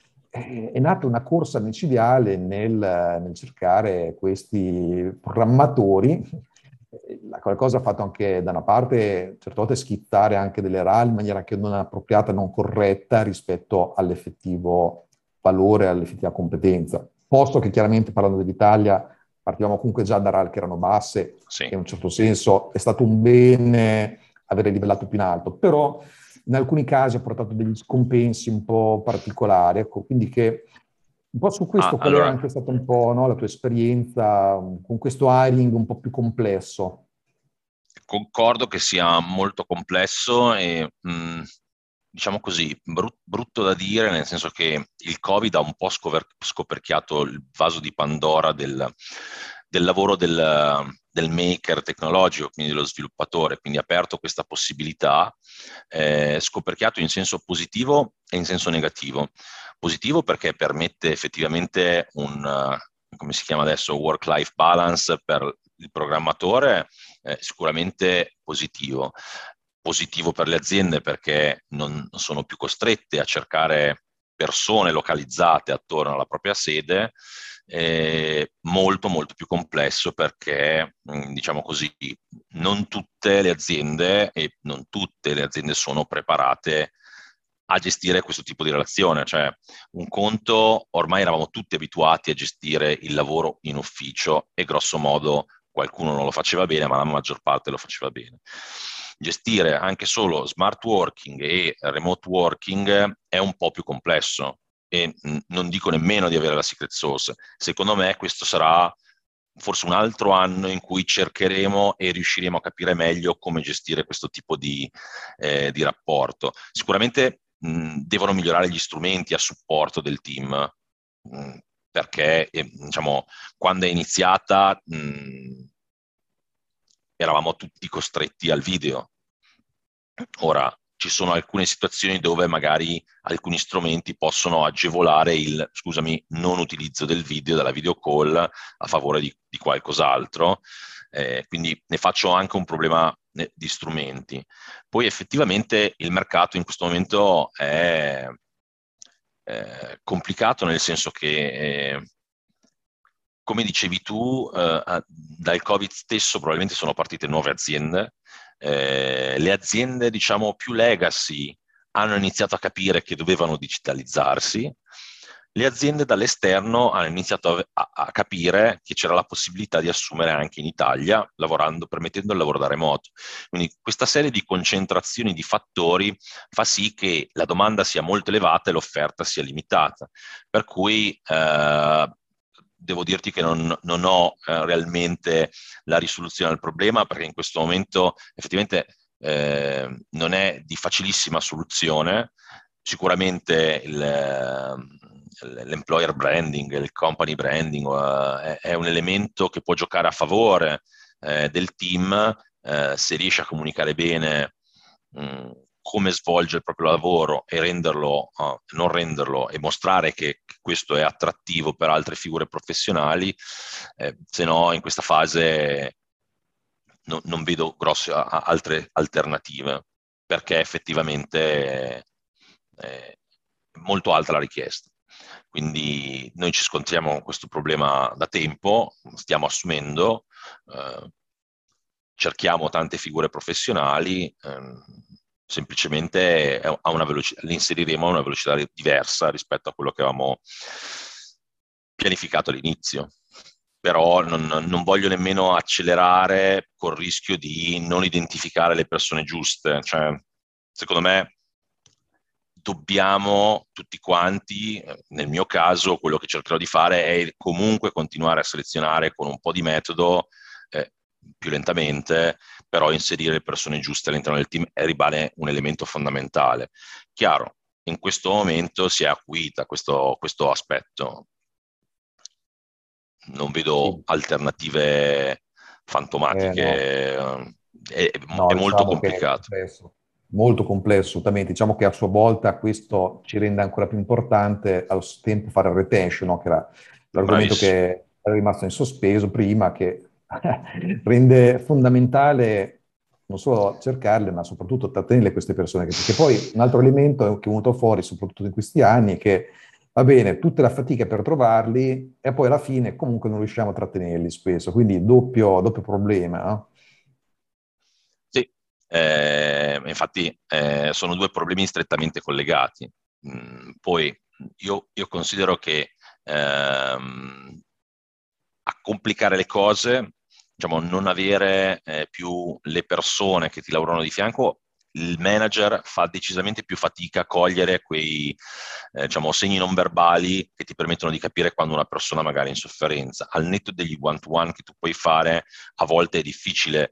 è, è nata una corsa micidiale nel, nel cercare questi programmatori. La qualcosa ha fatto anche da una parte, certe volte, schittare anche delle R A L in maniera anche non appropriata, non corretta rispetto all'effettivo valore, all'effettiva competenza. Posto che chiaramente parlando dell'Italia partivamo comunque già da R A L che erano basse, Sì. e in un certo senso è stato un bene avere livellato più in alto, però in alcuni casi ha portato degli scompensi un po' particolari, ecco, quindi che un po' su questo Ah, qual allora, è anche stata un po', no, la tua esperienza con questo hiring un po' più complesso? concordo che sia molto complesso e mh, diciamo così, brut- brutto da dire, nel senso che il Covid ha un po' scover- scoperchiato il vaso di Pandora del, del lavoro del, del maker tecnologico, quindi dello sviluppatore, quindi ha aperto questa possibilità, eh, scoperchiato in senso positivo e in senso negativo. Positivo perché permette effettivamente un, uh, come si chiama adesso, work-life balance per il programmatore, eh, sicuramente positivo. Positivo per le aziende perché non sono più costrette a cercare persone localizzate attorno alla propria sede, eh, molto molto più complesso perché, diciamo così, non tutte le aziende e non tutte le aziende sono preparate a gestire questo tipo di relazione, cioè un conto, ormai eravamo tutti abituati a gestire il lavoro in ufficio e grosso modo qualcuno non lo faceva bene, ma la maggior parte lo faceva bene. Gestire anche solo smart working e remote working è un po' più complesso e mh, non dico nemmeno di avere la secret sauce. Secondo me questo sarà forse un altro anno in cui cercheremo e riusciremo a capire meglio come gestire questo tipo di, eh, di rapporto. Sicuramente mh, devono migliorare gli strumenti a supporto del team, mh, perché eh, diciamo, quando è iniziata mh, eravamo tutti costretti al video. Ora, ci sono alcune situazioni dove magari alcuni strumenti possono agevolare il, scusami, non utilizzo del video, della video call a favore di, di qualcos'altro. Eh, quindi ne faccio anche un problema eh, di strumenti. Poi effettivamente il mercato in questo momento è eh, complicato nel senso che eh, come dicevi tu, eh, dal Covid stesso probabilmente sono partite nuove aziende. Eh, le aziende, diciamo, più legacy hanno iniziato a capire che dovevano digitalizzarsi. Le aziende dall'esterno hanno iniziato a, a, a capire che c'era la possibilità di assumere anche in Italia, lavorando, permettendo il lavoro da remoto. Quindi questa serie di concentrazioni di fattori fa sì che la domanda sia molto elevata e l'offerta sia limitata. Per cui eh, devo dirti che non, non ho eh, realmente la risoluzione al problema perché in questo momento effettivamente eh, non è di facilissima soluzione. Sicuramente il, l'employer branding, il company branding uh, è, è un elemento che può giocare a favore eh, del team eh, se riesce a comunicare bene mh, come svolge il proprio lavoro e renderlo, uh, non renderlo e mostrare che, che questo è attrattivo per altre figure professionali, eh, se no in questa fase no, non vedo grosse a, altre alternative perché effettivamente è, è molto alta la richiesta. Quindi noi ci scontriamo con questo problema da tempo, stiamo assumendo, eh, cerchiamo tante figure professionali, ehm, semplicemente a una velocità, li inseriremo a una velocità diversa rispetto a quello che avevamo pianificato all'inizio. Però non, non voglio nemmeno accelerare col rischio di non identificare le persone giuste. Cioè, secondo me dobbiamo tutti quanti, nel mio caso, quello che cercherò di fare è comunque continuare a selezionare con un po' di metodo, eh, più lentamente, però inserire le persone giuste all'interno del team rimane un elemento fondamentale. Chiaro, in questo momento si è acuita questo, questo aspetto. Non vedo Sì. alternative fantomatiche, Eh, no. è, No, è molto diciamo che è complicato. complesso, molto complesso, assolutamente. Diciamo che a sua volta questo ci rende ancora più importante allo stesso tempo fare il retention, no? Che era l'argomento Bravissimo. che era rimasto in sospeso prima, che rende fondamentale non solo cercarle, ma soprattutto trattenerle queste persone. Perché poi un altro elemento che è venuto fuori, soprattutto in questi anni, è che va bene, tutta la fatica per trovarli e poi alla fine comunque non riusciamo a trattenerli spesso, quindi doppio, doppio problema, no? Sì, eh, infatti eh, sono due problemi strettamente collegati. Mm, poi io, io considero che ehm, a complicare le cose, diciamo, non avere eh, più le persone che ti lavorano di fianco, il manager fa decisamente più fatica a cogliere quei eh, diciamo, segni non verbali che ti permettono di capire quando una persona magari è in sofferenza. Al netto degli one-to-one che tu puoi fare, a volte è difficile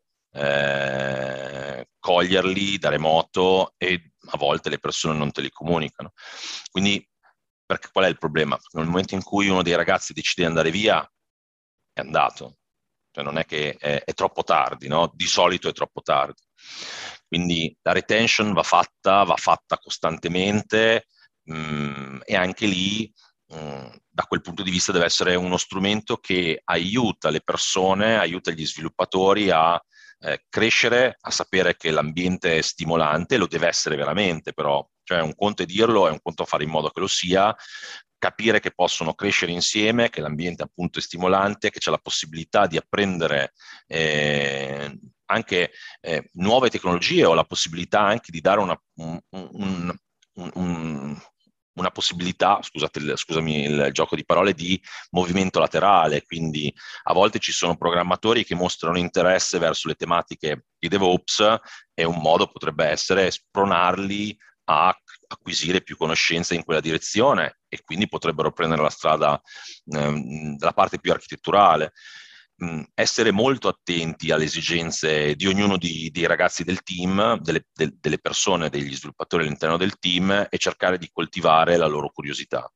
eh, coglierli da remoto e a volte le persone non te li comunicano. Quindi, perché qual è il problema? Nel momento in cui uno dei ragazzi decide di andare via, è andato. Cioè non è che è, è troppo tardi, no? Di solito è troppo tardi. Quindi la retention va fatta, va fatta costantemente mh, e anche lì mh, da quel punto di vista deve essere uno strumento che aiuta le persone, aiuta gli sviluppatori a eh, crescere, a sapere che l'ambiente è stimolante, lo deve essere veramente però, cioè un conto è dirlo, è un conto fare in modo che lo sia, capire che possono crescere insieme, che l'ambiente appunto è stimolante, che c'è la possibilità di apprendere eh, anche eh, nuove tecnologie o la possibilità anche di dare una, un, un, un, un una possibilità, scusate il, scusami il gioco di parole, di movimento laterale, quindi a volte ci sono programmatori che mostrano interesse verso le tematiche di DevOps e un modo potrebbe essere spronarli a acquisire più conoscenze in quella direzione e quindi potrebbero prendere la strada ehm, della parte più architetturale. Mh, essere molto attenti alle esigenze di ognuno di, dei ragazzi del team, delle, de, delle persone, degli sviluppatori all'interno del team e cercare di coltivare la loro curiosità.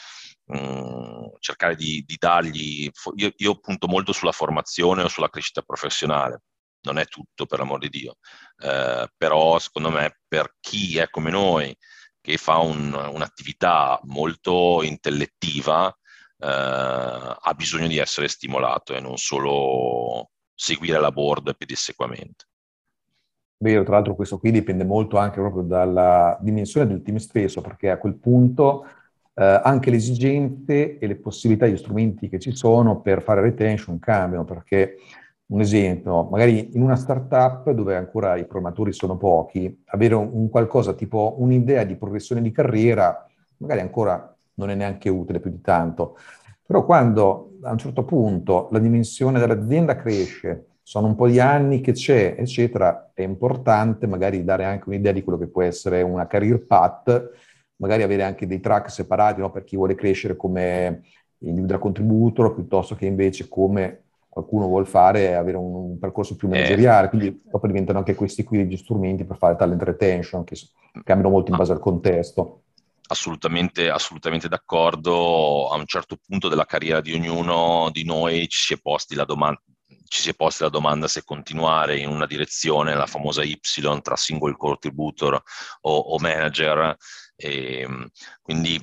Mh, cercare di, di dargli, io, io punto molto sulla formazione o sulla crescita professionale, non è tutto per l'amor di Dio, eh, però secondo me per chi è come noi, che fa un, un'attività molto intellettiva, eh, ha bisogno di essere stimolato e non solo seguire la board pedissequamente. Vero, tra l'altro questo qui dipende molto anche proprio dalla dimensione del team stesso, perché a quel punto eh, anche le esigenze e le possibilità, gli strumenti che ci sono per fare retention cambiano, perché un esempio, magari in una startup dove ancora i programmatori sono pochi, avere un, un qualcosa tipo un'idea di progressione di carriera, magari ancora non è neanche utile più di tanto. Però quando a un certo punto la dimensione dell'azienda cresce, sono un po' di anni che c'è, eccetera, è importante magari dare anche un'idea di quello che può essere una career path, magari avere anche dei track separati, no, per chi vuole crescere come individual contributor, piuttosto che invece come qualcuno vuole fare, avere un, un percorso più Eh, manageriale. Quindi dopo diventano anche questi qui gli strumenti per fare talent retention, che cambiano molto in ma base al contesto. assolutamente, assolutamente d'accordo. A un certo punto della carriera di ognuno di noi ci si è posti la domanda, ci si è posti la domanda se continuare in una direzione, la famosa Y tra single contributor o, o manager. E, quindi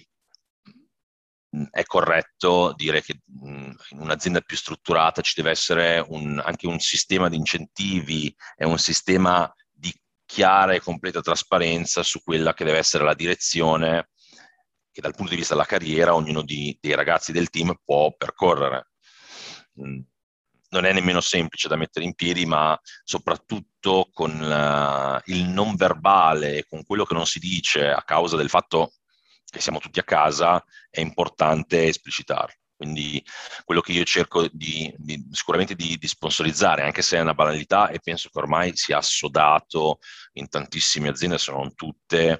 mh, è corretto dire che mh, in un'azienda più strutturata ci deve essere un, anche un sistema di incentivi e un sistema di chiara e completa trasparenza su quella che deve essere la direzione che dal punto di vista della carriera ognuno di, dei ragazzi del team può percorrere. Non è nemmeno semplice da mettere in piedi, ma soprattutto con uh, il non verbale e con quello che non si dice a causa del fatto che siamo tutti a casa, è importante esplicitarlo. Quindi quello che io cerco di, di sicuramente di, di sponsorizzare, anche se è una banalità e penso che ormai sia assodato in tantissime aziende, se non tutte,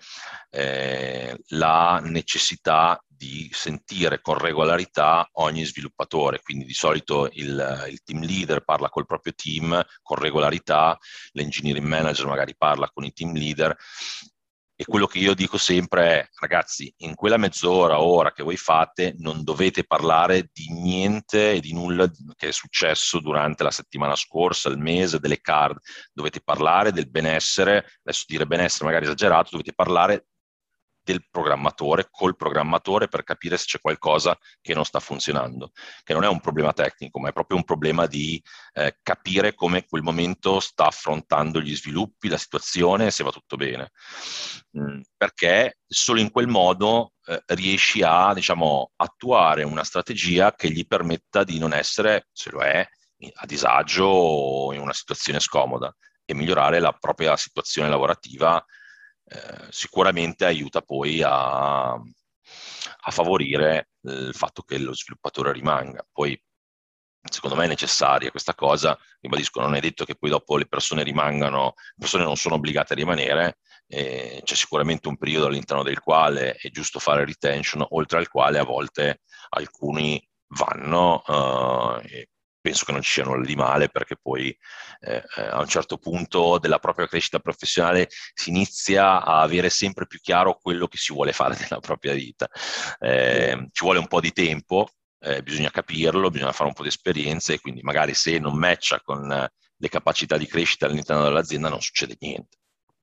eh, la necessità di sentire con regolarità ogni sviluppatore. Quindi di solito il, il team leader parla col proprio team con regolarità, l'engineering manager magari parla con i team leader. E quello che io dico sempre è, ragazzi, in quella mezz'ora, ora che voi fate, non dovete parlare di niente e di nulla che è successo durante la settimana scorsa, il mese, delle card. Dovete parlare del benessere, adesso dire benessere magari esagerato, dovete parlare del programmatore, col programmatore, per capire se c'è qualcosa che non sta funzionando, che non è un problema tecnico, ma è proprio un problema di eh, capire come quel momento sta affrontando gli sviluppi, la situazione, se va tutto bene. Mm, perché solo in quel modo eh, riesci a, diciamo, attuare una strategia che gli permetta di non essere, se lo è, a disagio o in una situazione scomoda, e migliorare la propria situazione lavorativa. Eh, sicuramente aiuta poi a, a favorire il fatto che lo sviluppatore rimanga. Poi secondo me è necessaria questa cosa, ribadisco, non è detto che poi dopo le persone rimangano, le persone non sono obbligate a rimanere, eh, c'è sicuramente un periodo all'interno del quale è giusto fare retention, oltre al quale a volte alcuni vanno, uh, e penso che non ci sia nulla di male, perché poi eh, a un certo punto della propria crescita professionale si inizia a avere sempre più chiaro quello che si vuole fare nella propria vita. Eh, ci vuole un po' di tempo, eh, bisogna capirlo, bisogna fare un po' di esperienza, e quindi magari se non matcha con le capacità di crescita all'interno dell'azienda non succede niente.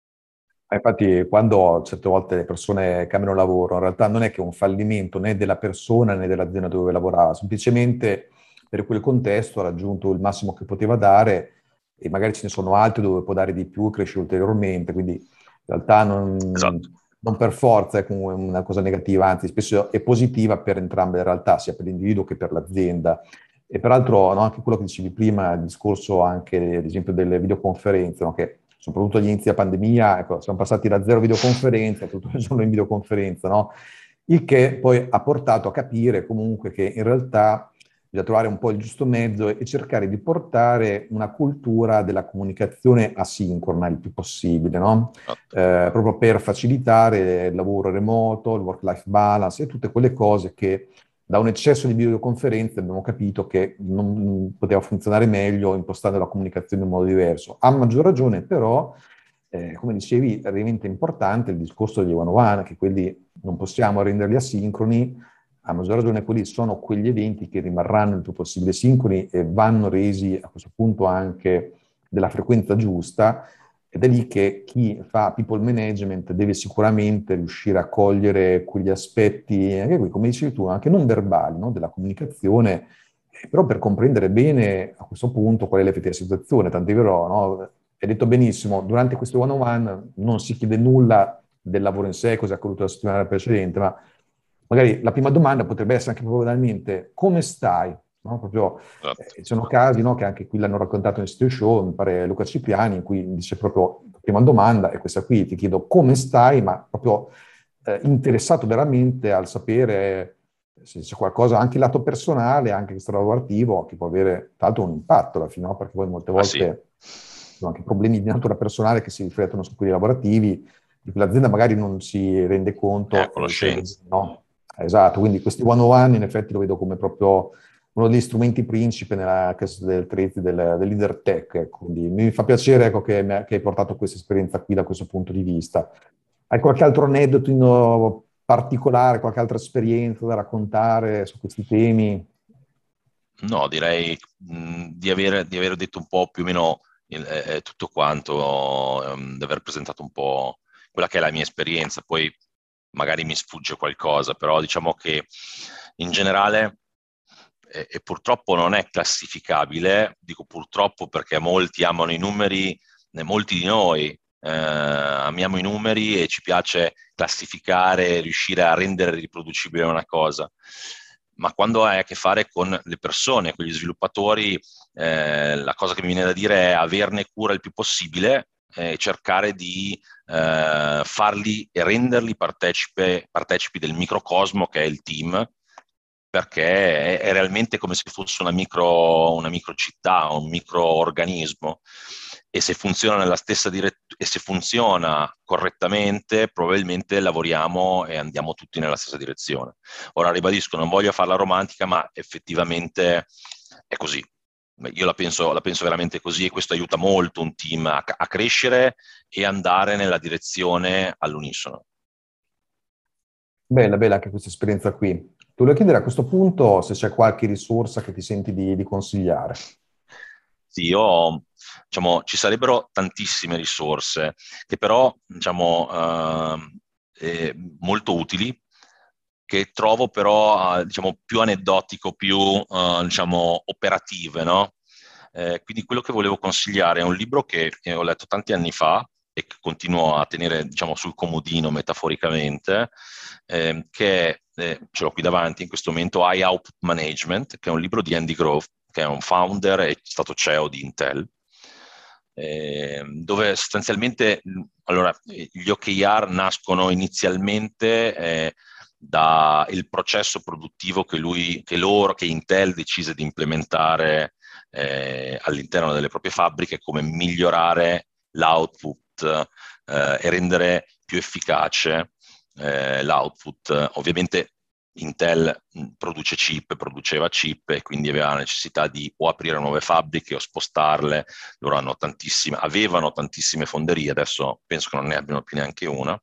Infatti, quando certe volte le persone cambiano lavoro, in realtà non è che è un fallimento né della persona né dell'azienda dove lavorava, semplicemente per quel contesto ha raggiunto il massimo che poteva dare, e magari ce ne sono altri dove può dare di più, cresce ulteriormente, quindi in realtà non, Esatto. non per forza è comunque una cosa negativa, anzi spesso è positiva per entrambe le realtà, sia per l'individuo che per l'azienda. E peraltro, no, anche quello che dicevi prima, il discorso anche ad esempio delle videoconferenze, no, che soprattutto agli inizi della pandemia, ecco, siamo passati da zero videoconferenze a tutto il giorno in videoconferenza, no? Il che poi ha portato a capire comunque che in realtà bisogna trovare un po' il giusto mezzo e cercare di portare una cultura della comunicazione asincrona il più possibile, no? Eh, proprio per facilitare il lavoro remoto, il work-life balance e tutte quelle cose che da un eccesso di videoconferenze abbiamo capito che non poteva funzionare meglio impostando la comunicazione in modo diverso. A maggior ragione però, eh, come dicevi, è realmente importante il discorso degli one-on-one, che quelli non possiamo renderli asincroni. A maggior ragione quelli sono quegli eventi che rimarranno il più possibile sincroni e vanno resi a questo punto anche della frequenza giusta, ed è lì che chi fa people management deve sicuramente riuscire a cogliere quegli aspetti, anche qui, come dicevi tu, anche non verbali, no? Della comunicazione, però per comprendere bene a questo punto qual è l'effettiva situazione. Tant'è vero, no? Hai detto benissimo, durante questo one-on-one non si chiede nulla del lavoro in sé, cosa è accaduto la settimana precedente, ma magari la prima domanda potrebbe essere anche proprio banalmente: come stai? No? Proprio, eh, ci sono casi, no, che anche qui l'hanno raccontato nel sito show, mi pare Luca Cipriani, in cui dice proprio, la prima domanda è questa qui, ti chiedo come stai, ma proprio eh, interessato veramente al sapere se c'è qualcosa, anche il lato personale, anche extralavorativo, che può avere tra l'altro un impatto alla fine, no? Perché poi molte volte Ah, sì. ci sono anche problemi di natura personale che si riflettono su quelli lavorativi, di cui l'azienda magari non si rende conto. È a conoscenza. Eh, no? Esatto, quindi questi one-on-one in effetti lo vedo come proprio uno degli strumenti principe nella cassa del trade del, del leader tech. Ecco. Quindi mi fa piacere, ecco, che, che hai portato questa esperienza qui da questo punto di vista. Hai qualche altro aneddoto in particolare, qualche altra esperienza da raccontare su questi temi? No, direi mh, di, aver, di aver detto un po' più o meno il, eh, tutto quanto, ehm, di aver presentato un po' quella che è la mia esperienza. Poi magari mi sfugge qualcosa, però diciamo che in generale, e, e purtroppo non è classificabile, dico purtroppo perché molti amano i numeri, molti di noi eh, amiamo i numeri e ci piace classificare, riuscire a rendere riproducibile una cosa. Ma quando hai a che fare con le persone, con gli sviluppatori, eh, la cosa che mi viene da dire è averne cura il più possibile e cercare di eh, farli e renderli partecipe, partecipi del microcosmo che è il team, perché è, è realmente come se fosse una micro, una microcittà, un microorganismo. E se funziona nella stessa direzione e se funziona correttamente, probabilmente lavoriamo e andiamo tutti nella stessa direzione. Ora ribadisco, non voglio farla romantica, ma effettivamente è così. Io la penso, la penso veramente così e questo aiuta molto un team a, a crescere e andare nella direzione all'unisono. Bella, bella anche questa esperienza qui. Ti volevo chiedere a questo punto se c'è qualche risorsa che ti senti di, di consigliare. Sì, io, diciamo, ci sarebbero tantissime risorse che però, diciamo, eh, eh, molto utili, che trovo però, eh, diciamo, più aneddotico, più, eh, diciamo, operative, no? Eh, quindi quello che volevo consigliare è un libro che eh, ho letto tanti anni fa e che continuo a tenere, diciamo, sul comodino metaforicamente, eh, che è, eh, ce l'ho qui davanti in questo momento, High Output Management, che è un libro di Andy Grove, che è un founder e è stato C E O di Intel, eh, dove sostanzialmente, allora, gli O K R nascono inizialmente eh, dal processo produttivo che lui, che loro, che Intel decise di implementare eh, all'interno delle proprie fabbriche, come migliorare l'output eh, e rendere più efficace eh, l'output. Ovviamente Intel produce chip, produceva chip e quindi aveva la necessità di o aprire nuove fabbriche o spostarle. Loro hanno tantissime, avevano tantissime fonderie, adesso penso che non ne abbiano più neanche una.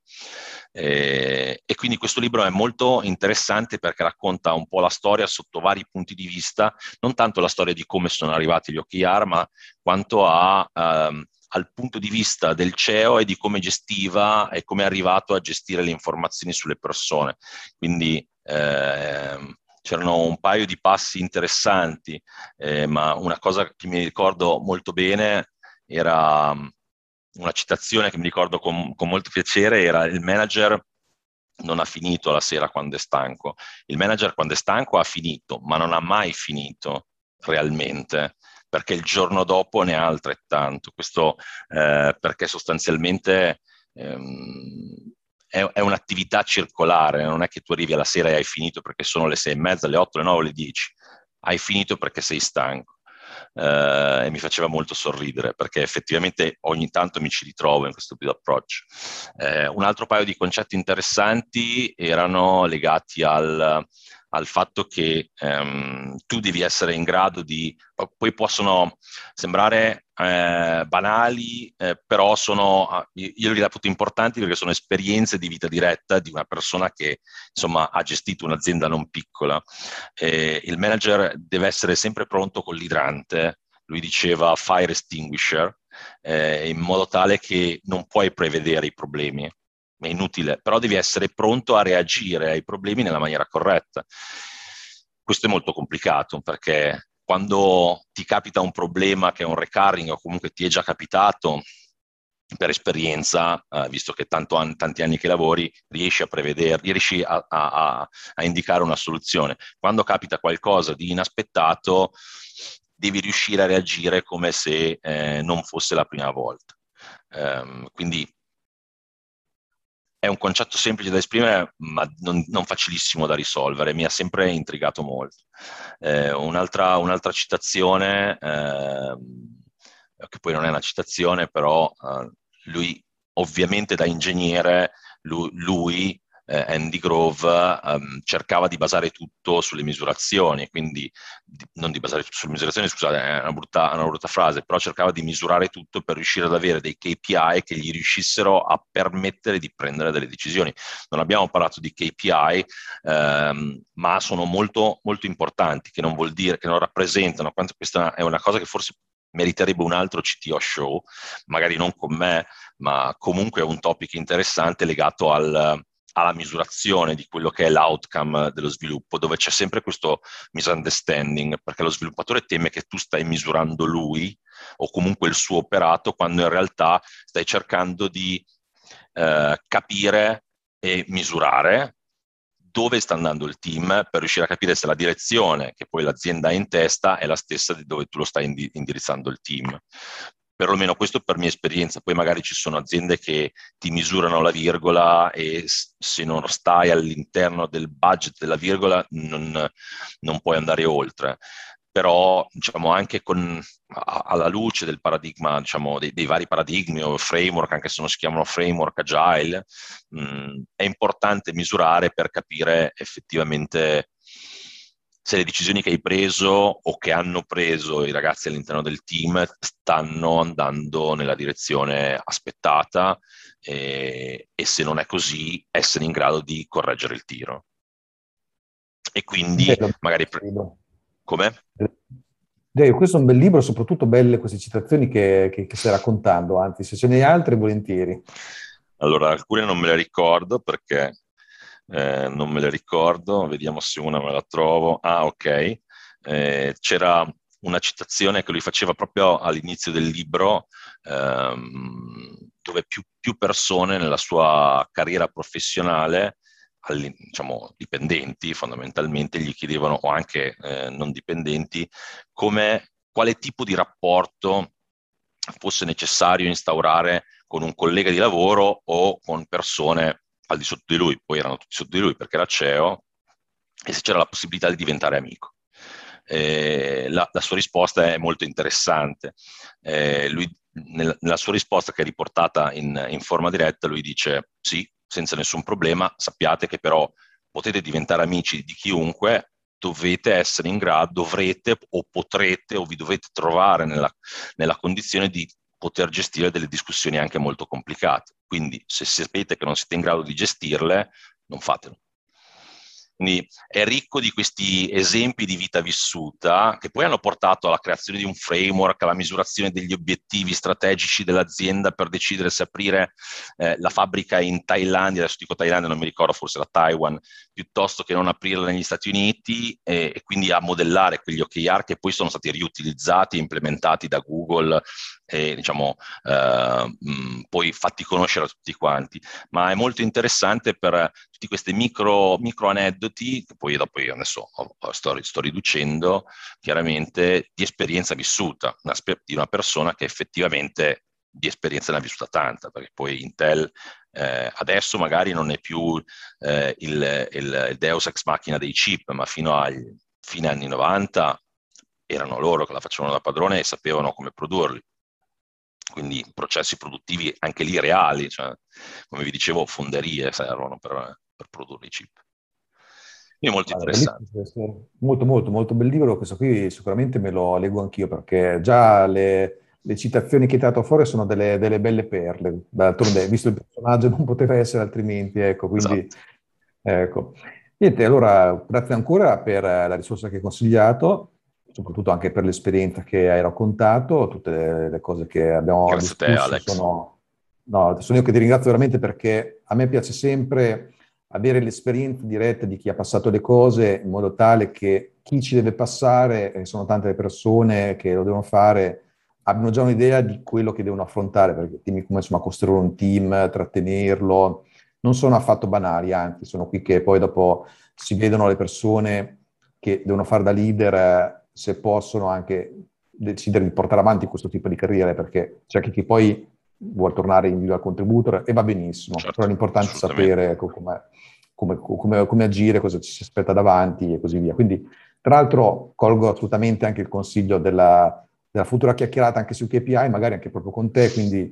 E, e quindi questo libro è molto interessante perché racconta un po' la storia sotto vari punti di vista, non tanto la storia di come sono arrivati gli O K R, ma quanto a... Um, al punto di vista del C E O e di come gestiva e come è arrivato a gestire le informazioni sulle persone. Quindi eh, c'erano un paio di passi interessanti, eh, ma una cosa che mi ricordo molto bene era una citazione che mi ricordo con, con molto piacere, era: il manager non ha finito la sera quando è stanco. Il manager quando è stanco ha finito, ma non ha mai finito realmente, perché il giorno dopo ne ha altrettanto. Questo eh, perché sostanzialmente ehm, è, è un'attività circolare, non è che tu arrivi alla sera e hai finito perché sono le sei e mezza, le otto, le nove, le dieci. Hai finito perché sei stanco. Uh, e mi faceva molto sorridere perché effettivamente ogni tanto mi ci ritrovo in questo tipo di approccio. Uh, un altro paio di concetti interessanti erano legati al, al fatto che um, tu devi essere in grado di, poi possono sembrare eh, banali, eh, però sono, io li reputo importanti perché sono esperienze di vita diretta di una persona che insomma ha gestito un'azienda non piccola. Eh, il manager deve essere sempre pronto con l'idrante, lui diceva fire extinguisher, eh, in modo tale che non puoi prevedere i problemi, è inutile, però devi essere pronto a reagire ai problemi nella maniera corretta. Questo è molto complicato perché quando ti capita un problema che è un recurring o comunque ti è già capitato, per esperienza, eh, visto che tanto an- tanti anni che lavori, riesci a prevedere, riesci a, a, a indicare una soluzione. Quando capita qualcosa di inaspettato, devi riuscire a reagire come se eh, non fosse la prima volta. Um, quindi è un concetto semplice da esprimere, ma non, non facilissimo da risolvere. Mi ha sempre intrigato molto. Eh, un'altra, un'altra citazione, eh, che poi non è una citazione, però eh, lui ovviamente da ingegnere, lui, lui eh, Andy Grove, um, cercava di basare tutto sulle misurazioni, quindi di, non di basare tutto sulle misurazioni, scusate, è una brutta, una brutta frase, però cercava di misurare tutto per riuscire ad avere dei K P I che gli riuscissero a permettere di prendere delle decisioni. Non abbiamo parlato di K P I, ehm, ma sono molto, molto importanti, che non vuol dire, che non rappresentano, quanto questa è una cosa che forse meriterebbe un altro C T O show, magari non con me, ma comunque è un topic interessante legato al, alla misurazione di quello che è l'outcome dello sviluppo, dove c'è sempre questo misunderstanding, perché lo sviluppatore teme che tu stai misurando lui o comunque il suo operato, quando in realtà stai cercando di eh, capire e misurare dove sta andando il team per riuscire a capire se la direzione che poi l'azienda ha in testa è la stessa di dove tu lo stai indi- indirizzando il team. Perlomeno questo per mia esperienza. Poi magari ci sono aziende che ti misurano la virgola e se non stai all'interno del budget della virgola non, non puoi andare oltre. Però diciamo anche con, alla luce del paradigma, diciamo, dei, dei vari paradigmi o framework, anche se non si chiamano framework agile, mh, è importante misurare per capire effettivamente se le decisioni che hai preso o che hanno preso i ragazzi all'interno del team stanno andando nella direzione aspettata e, e se non è così essere in grado di correggere il tiro. E quindi Bello, magari... libro. Come? Dave, questo è un bel libro, soprattutto belle queste citazioni che, che, che stai raccontando, anzi se ce ne hai altre volentieri. Allora, alcune non me le ricordo perché eh, non me le ricordo, vediamo se una me la trovo. Ah, ok. Eh, c'era una citazione che lui faceva proprio all'inizio del libro, ehm, dove più, più persone nella sua carriera professionale, diciamo dipendenti fondamentalmente, gli chiedevano, o anche eh, non dipendenti, come, quale tipo di rapporto fosse necessario instaurare con un collega di lavoro o con persone al di sotto di lui. Poi erano tutti sotto di lui perché era C E O, e se c'era la possibilità di diventare amico. Eh, la, la sua risposta è molto interessante. Eh, lui, nel, nella sua risposta, che è riportata in, in forma diretta, lui dice sì, senza nessun problema, sappiate che però potete diventare amici di chiunque, dovete essere in grado, dovrete o potrete o vi dovete trovare nella, nella condizione di poter gestire delle discussioni anche molto complicate. Quindi se sapete che non siete in grado di gestirle, non fatelo. Quindi è ricco di questi esempi di vita vissuta che poi hanno portato alla creazione di un framework, alla misurazione degli obiettivi strategici dell'azienda per decidere se aprire eh, la fabbrica in Thailandia, adesso dico Thailandia, non mi ricordo, forse era Taiwan, piuttosto che non aprirla negli Stati Uniti, e, e quindi a modellare quegli O K R che poi sono stati riutilizzati e implementati da Google e diciamo eh, mh, poi fatti conoscere a tutti quanti. Ma è molto interessante per tutti questi micro, micro aneddoti, che poi dopo io adesso sto, sto riducendo, chiaramente di esperienza vissuta, una, di una persona che effettivamente di esperienza ne ha vissuta tanta, perché poi Intel eh, adesso magari non è più eh, il, il, il Deus ex machina dei chip, ma fino ai fine anni novanta erano loro che la facevano da padrone e sapevano come produrli. Quindi processi produttivi anche lì reali, cioè, come vi dicevo, fonderie servono per, per produrre i chip. Quindi molto Guarda, interessante. bellissimo, molto, molto, molto bel libro. Questo qui sicuramente me lo leggo anch'io perché già le, le citazioni che hai tirato fuori sono delle, delle belle perle. D'altronde, visto il personaggio, non poteva essere altrimenti, ecco, quindi, Esatto. ecco. Niente, allora, grazie ancora per la risorsa che hai consigliato, soprattutto anche per l'esperienza che hai raccontato, tutte le, le cose che abbiamo Grazie a te, discusso Alex. sono... No, sono io che ti ringrazio veramente perché a me piace sempre avere l'esperienza diretta di chi ha passato le cose in modo tale che chi ci deve passare, e sono tante le persone che lo devono fare, abbiano già un'idea di quello che devono affrontare, perché dimmi come insomma costruire un team, trattenerlo, non sono affatto banali, anzi sono qui che poi dopo si vedono le persone che devono fare da leader, eh, se possono anche decidere di portare avanti questo tipo di carriere, perché c'è anche chi poi vuol tornare individual contributor e va benissimo, Certo, però l'importante è assolutamente. sapere ecco, come, come, come, come agire, cosa ci si aspetta davanti e così via. Quindi, tra l'altro, colgo assolutamente anche il consiglio della, della futura chiacchierata anche sui K P I, magari anche proprio con te, quindi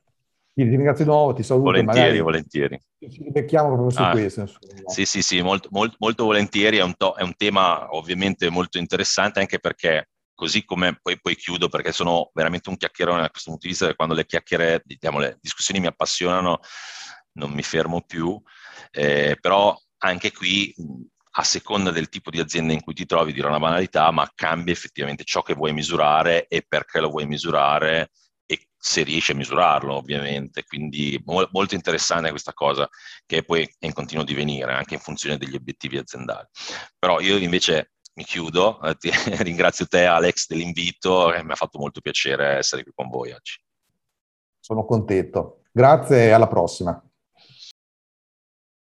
ti ringrazio di nuovo, ti saluto e Volentieri, magari volentieri. ci becchiamo proprio su Ah, questo. Insomma. sì, sì, sì, molto, molto, molto volentieri. È un, to- è un tema ovviamente molto interessante, anche perché, così come poi, poi chiudo, perché sono veramente un chiacchierone da questo punto di vista, che quando le chiacchiere, diciamo, le discussioni mi appassionano, non mi fermo più, eh, però anche qui, a seconda del tipo di azienda in cui ti trovi, dirò una banalità, ma cambia effettivamente ciò che vuoi misurare e perché lo vuoi misurare, e se riesci a misurarlo, ovviamente. Quindi mo- molto interessante questa cosa, che poi è in continuo divenire, anche in funzione degli obiettivi aziendali. Però io invece mi chiudo, eh, ti, ringrazio te Alex dell'invito, e mi ha fatto molto piacere essere qui con voi oggi. Sono contento. Grazie e alla prossima.